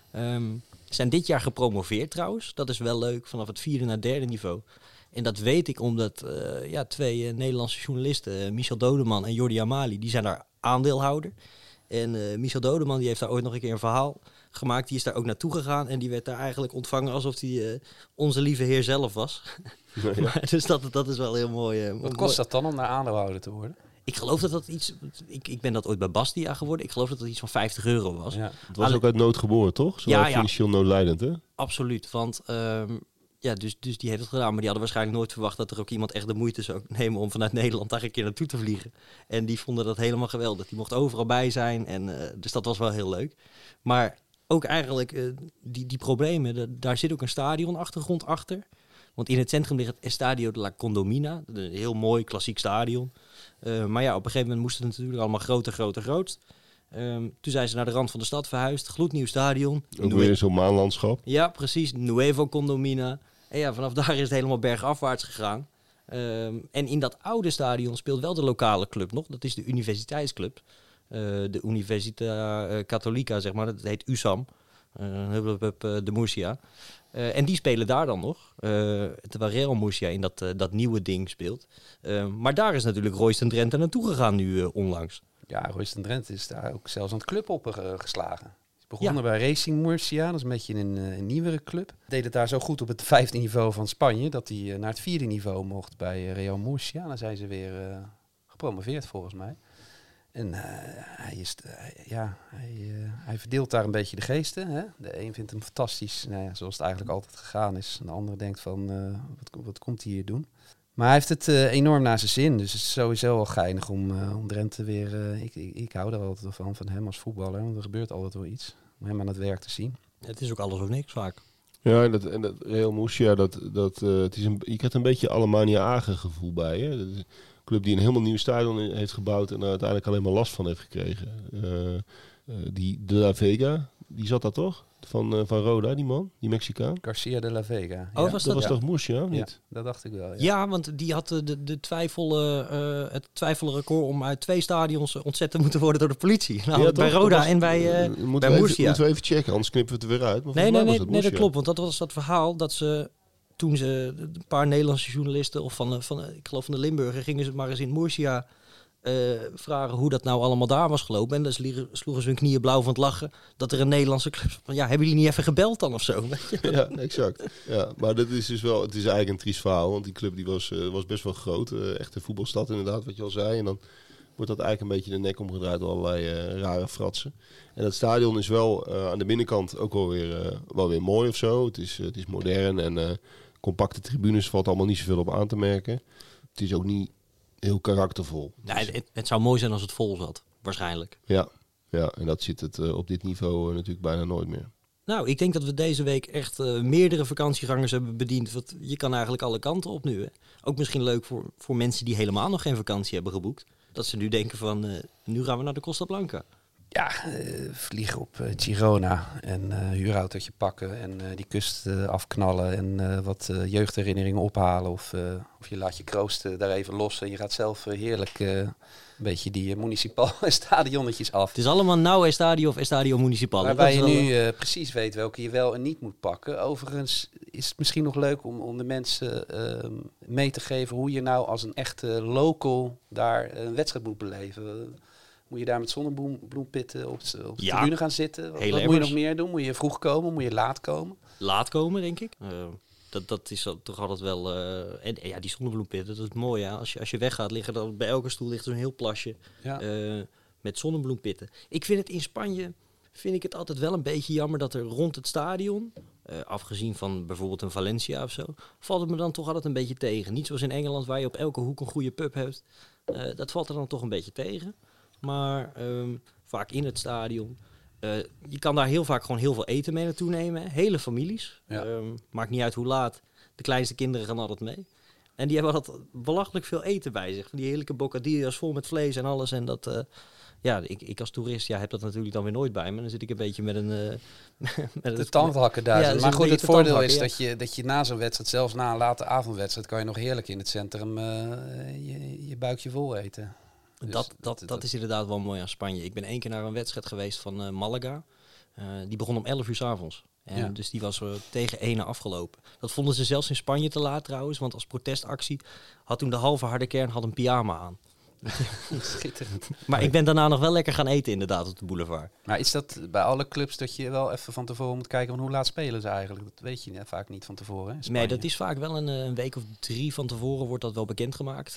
Zijn dit jaar gepromoveerd trouwens. Dat is wel leuk, vanaf het 4e naar het 3e niveau. En dat weet ik omdat 2 Nederlandse journalisten, Michel Dodeman en Jordi Amali, die zijn daar aandeelhouder. En Michel Dodeman die heeft daar ooit nog een keer een verhaal gemaakt. Die is daar ook naartoe gegaan en die werd daar eigenlijk ontvangen alsof hij onze lieve heer zelf was. Ja. Maar, dus dat is wel heel mooi. Wat kost dat dan om naar aandeelhouder te worden? Ik geloof dat iets... Ik ben dat ooit bij Bastia geworden. Ik geloof dat iets van €50 was. Ja. Het was ook uit nood geboren, toch? Zo Ja. financieel noodlijdend, hè? Absoluut, want dus die heeft het gedaan. Maar die hadden waarschijnlijk nooit verwacht dat er ook iemand echt de moeite zou nemen om vanuit Nederland daar een keer naartoe te vliegen. En die vonden dat helemaal geweldig. Die mocht overal bij zijn. Dus dat was wel heel leuk. Maar ook eigenlijk die problemen, daar zit ook een stadionachtergrond achter. Want in het centrum ligt het Estadio de la Condomina. Een heel mooi klassiek stadion. Maar ja, op een gegeven moment moest het natuurlijk allemaal groter. Toen zijn ze naar de rand van de stad verhuisd. Gloednieuw stadion. Ook weer zo'n maanlandschap. Ja, precies. Nuevo Condomina. En ja, vanaf daar is het helemaal bergafwaarts gegaan. En in dat oude stadion speelt wel de lokale club nog. Dat is de universiteitsclub. De Universita Católica, zeg maar. Dat heet USAM. De Murcia. En die spelen daar dan nog. Terwijl Real Murcia in dat nieuwe ding speelt. Maar daar is natuurlijk Royston Drenthe naartoe gegaan nu onlangs. Ja, Royston Drenthe is daar ook zelfs aan het club op geslagen. Is begonnen bij Racing Murcia, dat is een beetje een nieuwere club. Deed het daar zo goed op het 5e niveau van Spanje, dat hij naar het 4e niveau mocht bij Real Murcia. Dan zijn ze weer gepromoveerd volgens mij. En hij verdeelt daar een beetje de geesten. Hè? De een vindt hem fantastisch, zoals het eigenlijk altijd gegaan is. En de andere denkt van, wat komt hij hier doen? Maar hij heeft het enorm naar zijn zin. Dus het is sowieso wel geinig om Drenthe weer... Ik hou er altijd van hem als voetballer. Want er gebeurt altijd wel iets. Om hem aan het werk te zien. Het is ook alles of niks vaak. Ja, en dat Real Murcia, het is je krijgt een beetje Alemannia Aachen gevoel bij. Hè? Dat is een club die een helemaal nieuw stadion heeft gebouwd en er uiteindelijk alleen maar last van heeft gekregen. Die De La Vega, die zat daar toch? Van Roda, die man, die Mexicaan. Garcia de la Vega. Oh, ja. was Dat was toch Murcia, of niet? Ja, dat dacht ik wel. Ja. Ja, want die had het twijfelrecord om uit 2 stadions ontzet te moeten worden door de politie. Nou, Ja, bij toch? Roda Dat was- en bij moeten we Murcia. even checken, anders knippen we het er weer uit. Maar Nee, volgens mij was dat Murcia. klopt. Want dat was dat verhaal dat ze, toen ze een paar Nederlandse journalisten of van ik geloof van de Limburger, gingen ze maar eens in Murcia vragen hoe dat nou allemaal daar was gelopen. En dan sloegen ze hun knieën blauw van het lachen dat er een Nederlandse club van, ja, hebben jullie niet even gebeld dan of zo? Ja, exact. Ja, maar dat is dus wel, het is eigenlijk een triest verhaal, want die club die was best wel groot. Echt een voetbalstad inderdaad, wat je al zei. En dan wordt dat eigenlijk een beetje de nek omgedraaid door allerlei rare fratsen. En dat stadion is wel aan de binnenkant ook wel weer mooi of zo. Het is modern en compacte tribunes valt allemaal niet zoveel op aan te merken. Het is ook niet heel karaktervol. Nee, het zou mooi zijn als het vol zat, waarschijnlijk. Ja, en dat zit het op dit niveau natuurlijk bijna nooit meer. Nou, ik denk dat we deze week echt meerdere vakantiegangers hebben bediend. Want je kan eigenlijk alle kanten op nu. Hè? Ook misschien leuk voor mensen die helemaal nog geen vakantie hebben geboekt. Dat ze nu denken van, nu gaan we naar de Costa Blanca. Ja, vliegen op Girona en huurautootje pakken en die kust afknallen en wat jeugdherinneringen ophalen. Of je laat je kroost daar even los en je gaat zelf heerlijk een beetje die municipal stadionnetjes af. Het is allemaal nou Estadio of Estadio Municipal. Waarbij je nu precies weet welke je wel en niet moet pakken. Overigens is het misschien nog leuk om de mensen mee te geven hoe je nou als een echte local daar een wedstrijd moet beleven. Moet je daar met zonnebloempitten op de tribune gaan zitten? Wat moet je nog meer doen? Moet je vroeg komen? Moet je laat komen? Laat komen, denk ik. Dat is toch altijd wel... en ja, die zonnebloempitten, dat is mooi. Ja. Als je weggaat, liggen er bij elke stoel ligt zo'n heel plasje met zonnebloempitten. Ik vind het in Spanje altijd wel een beetje jammer dat er rond het stadion, afgezien van bijvoorbeeld een Valencia of zo, valt het me dan toch altijd een beetje tegen. Niet zoals in Engeland, waar je op elke hoek een goede pub hebt. Dat valt er dan toch een beetje tegen. Maar vaak in het stadion. Je kan daar heel vaak gewoon heel veel eten mee naartoe nemen. Hè? Hele families. Ja. Maakt niet uit hoe laat. De kleinste kinderen gaan altijd mee. En die hebben altijd belachelijk veel eten bij zich. Die heerlijke bocadillas vol met vlees en alles. En dat... ik als toerist heb dat natuurlijk dan weer nooit bij me. Dan zit ik een beetje met een... met de tandhakken daar. Ja, maar goed, het voordeel is dat je na zo'n wedstrijd, zelfs na een late avondwedstrijd, kan je nog heerlijk in het centrum je buikje vol eten. Dus dat is inderdaad wel mooi aan Spanje. Ik ben 1 keer naar een wedstrijd geweest van Malaga. Die begon om 11 uur 's avonds. En dus die was tegen 1 afgelopen. Dat vonden ze zelfs in Spanje te laat trouwens. Want als protestactie had toen de halve harde kern een pyjama aan. Schitterend. Maar ik ben daarna nog wel lekker gaan eten inderdaad op de boulevard. Maar is dat bij alle clubs dat je wel even van tevoren moet kijken van hoe laat spelen ze eigenlijk? Dat weet je vaak niet van tevoren. Hè, nee, dat is vaak wel een week of 3 van tevoren wordt dat wel bekendgemaakt.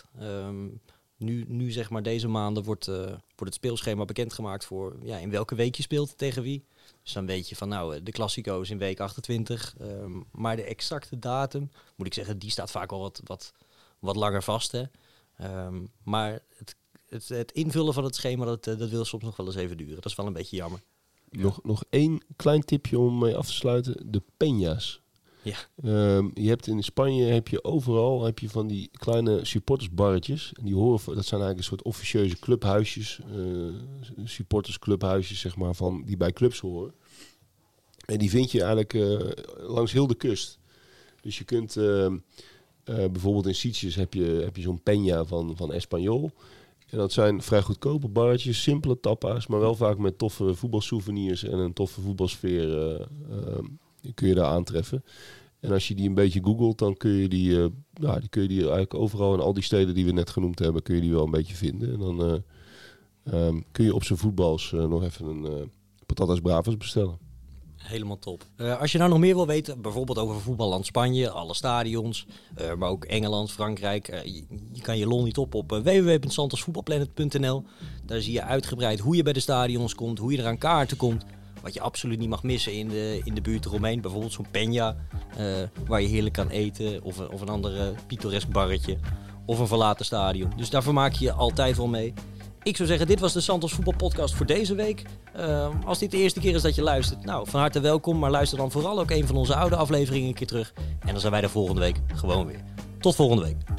Nu zeg maar deze maanden wordt het speelschema bekendgemaakt voor in welke week je speelt tegen wie. Dus dan weet je van de Classico's in week 28. Maar de exacte datum, moet ik zeggen, die staat vaak wel wat langer vast. Hè. Maar het invullen van het schema, dat wil soms nog wel eens even duren. Dat is wel een beetje jammer. Nog 1 klein tipje om mee af te sluiten. De peñas. Ja. Je hebt in Spanje overal van die kleine supportersbarretjes. En die horen, dat zijn eigenlijk een soort officieuze clubhuisjes, supportersclubhuisjes zeg maar, die bij clubs horen. En die vind je eigenlijk langs heel de kust. Dus je kunt bijvoorbeeld in Sitges heb je zo'n peña van Espanyol. En dat zijn vrij goedkope barretjes, simpele tapa's, maar wel vaak met toffe voetbalsouvenirs en een toffe voetbalsfeer kun je daar aantreffen. En als je die een beetje googelt, dan kun je die eigenlijk overal in al die steden die we net genoemd hebben, kun je die wel een beetje vinden. En dan kun je op zijn voetbals nog even een patatas bravas bestellen. Helemaal top. Als je nou nog meer wil weten, bijvoorbeeld over voetballand Spanje, alle stadions, maar ook Engeland, Frankrijk. Je kan je lol niet op www.santosvoetbalplanet.nl. Daar zie je uitgebreid hoe je bij de stadions komt, hoe je er aan kaarten komt. Wat je absoluut niet mag missen in de buurt eromheen. Bijvoorbeeld zo'n peña, waar je heerlijk kan eten. Of een ander pittoresk barretje. Of een verlaten stadion. Dus daar vermaak je je altijd wel mee. Ik zou zeggen, dit was de Santos Voetbalpodcast voor deze week. Als dit de eerste keer is dat je luistert, van harte welkom. Maar luister dan vooral ook een van onze oude afleveringen een keer terug. En dan zijn wij de volgende week gewoon weer. Tot volgende week.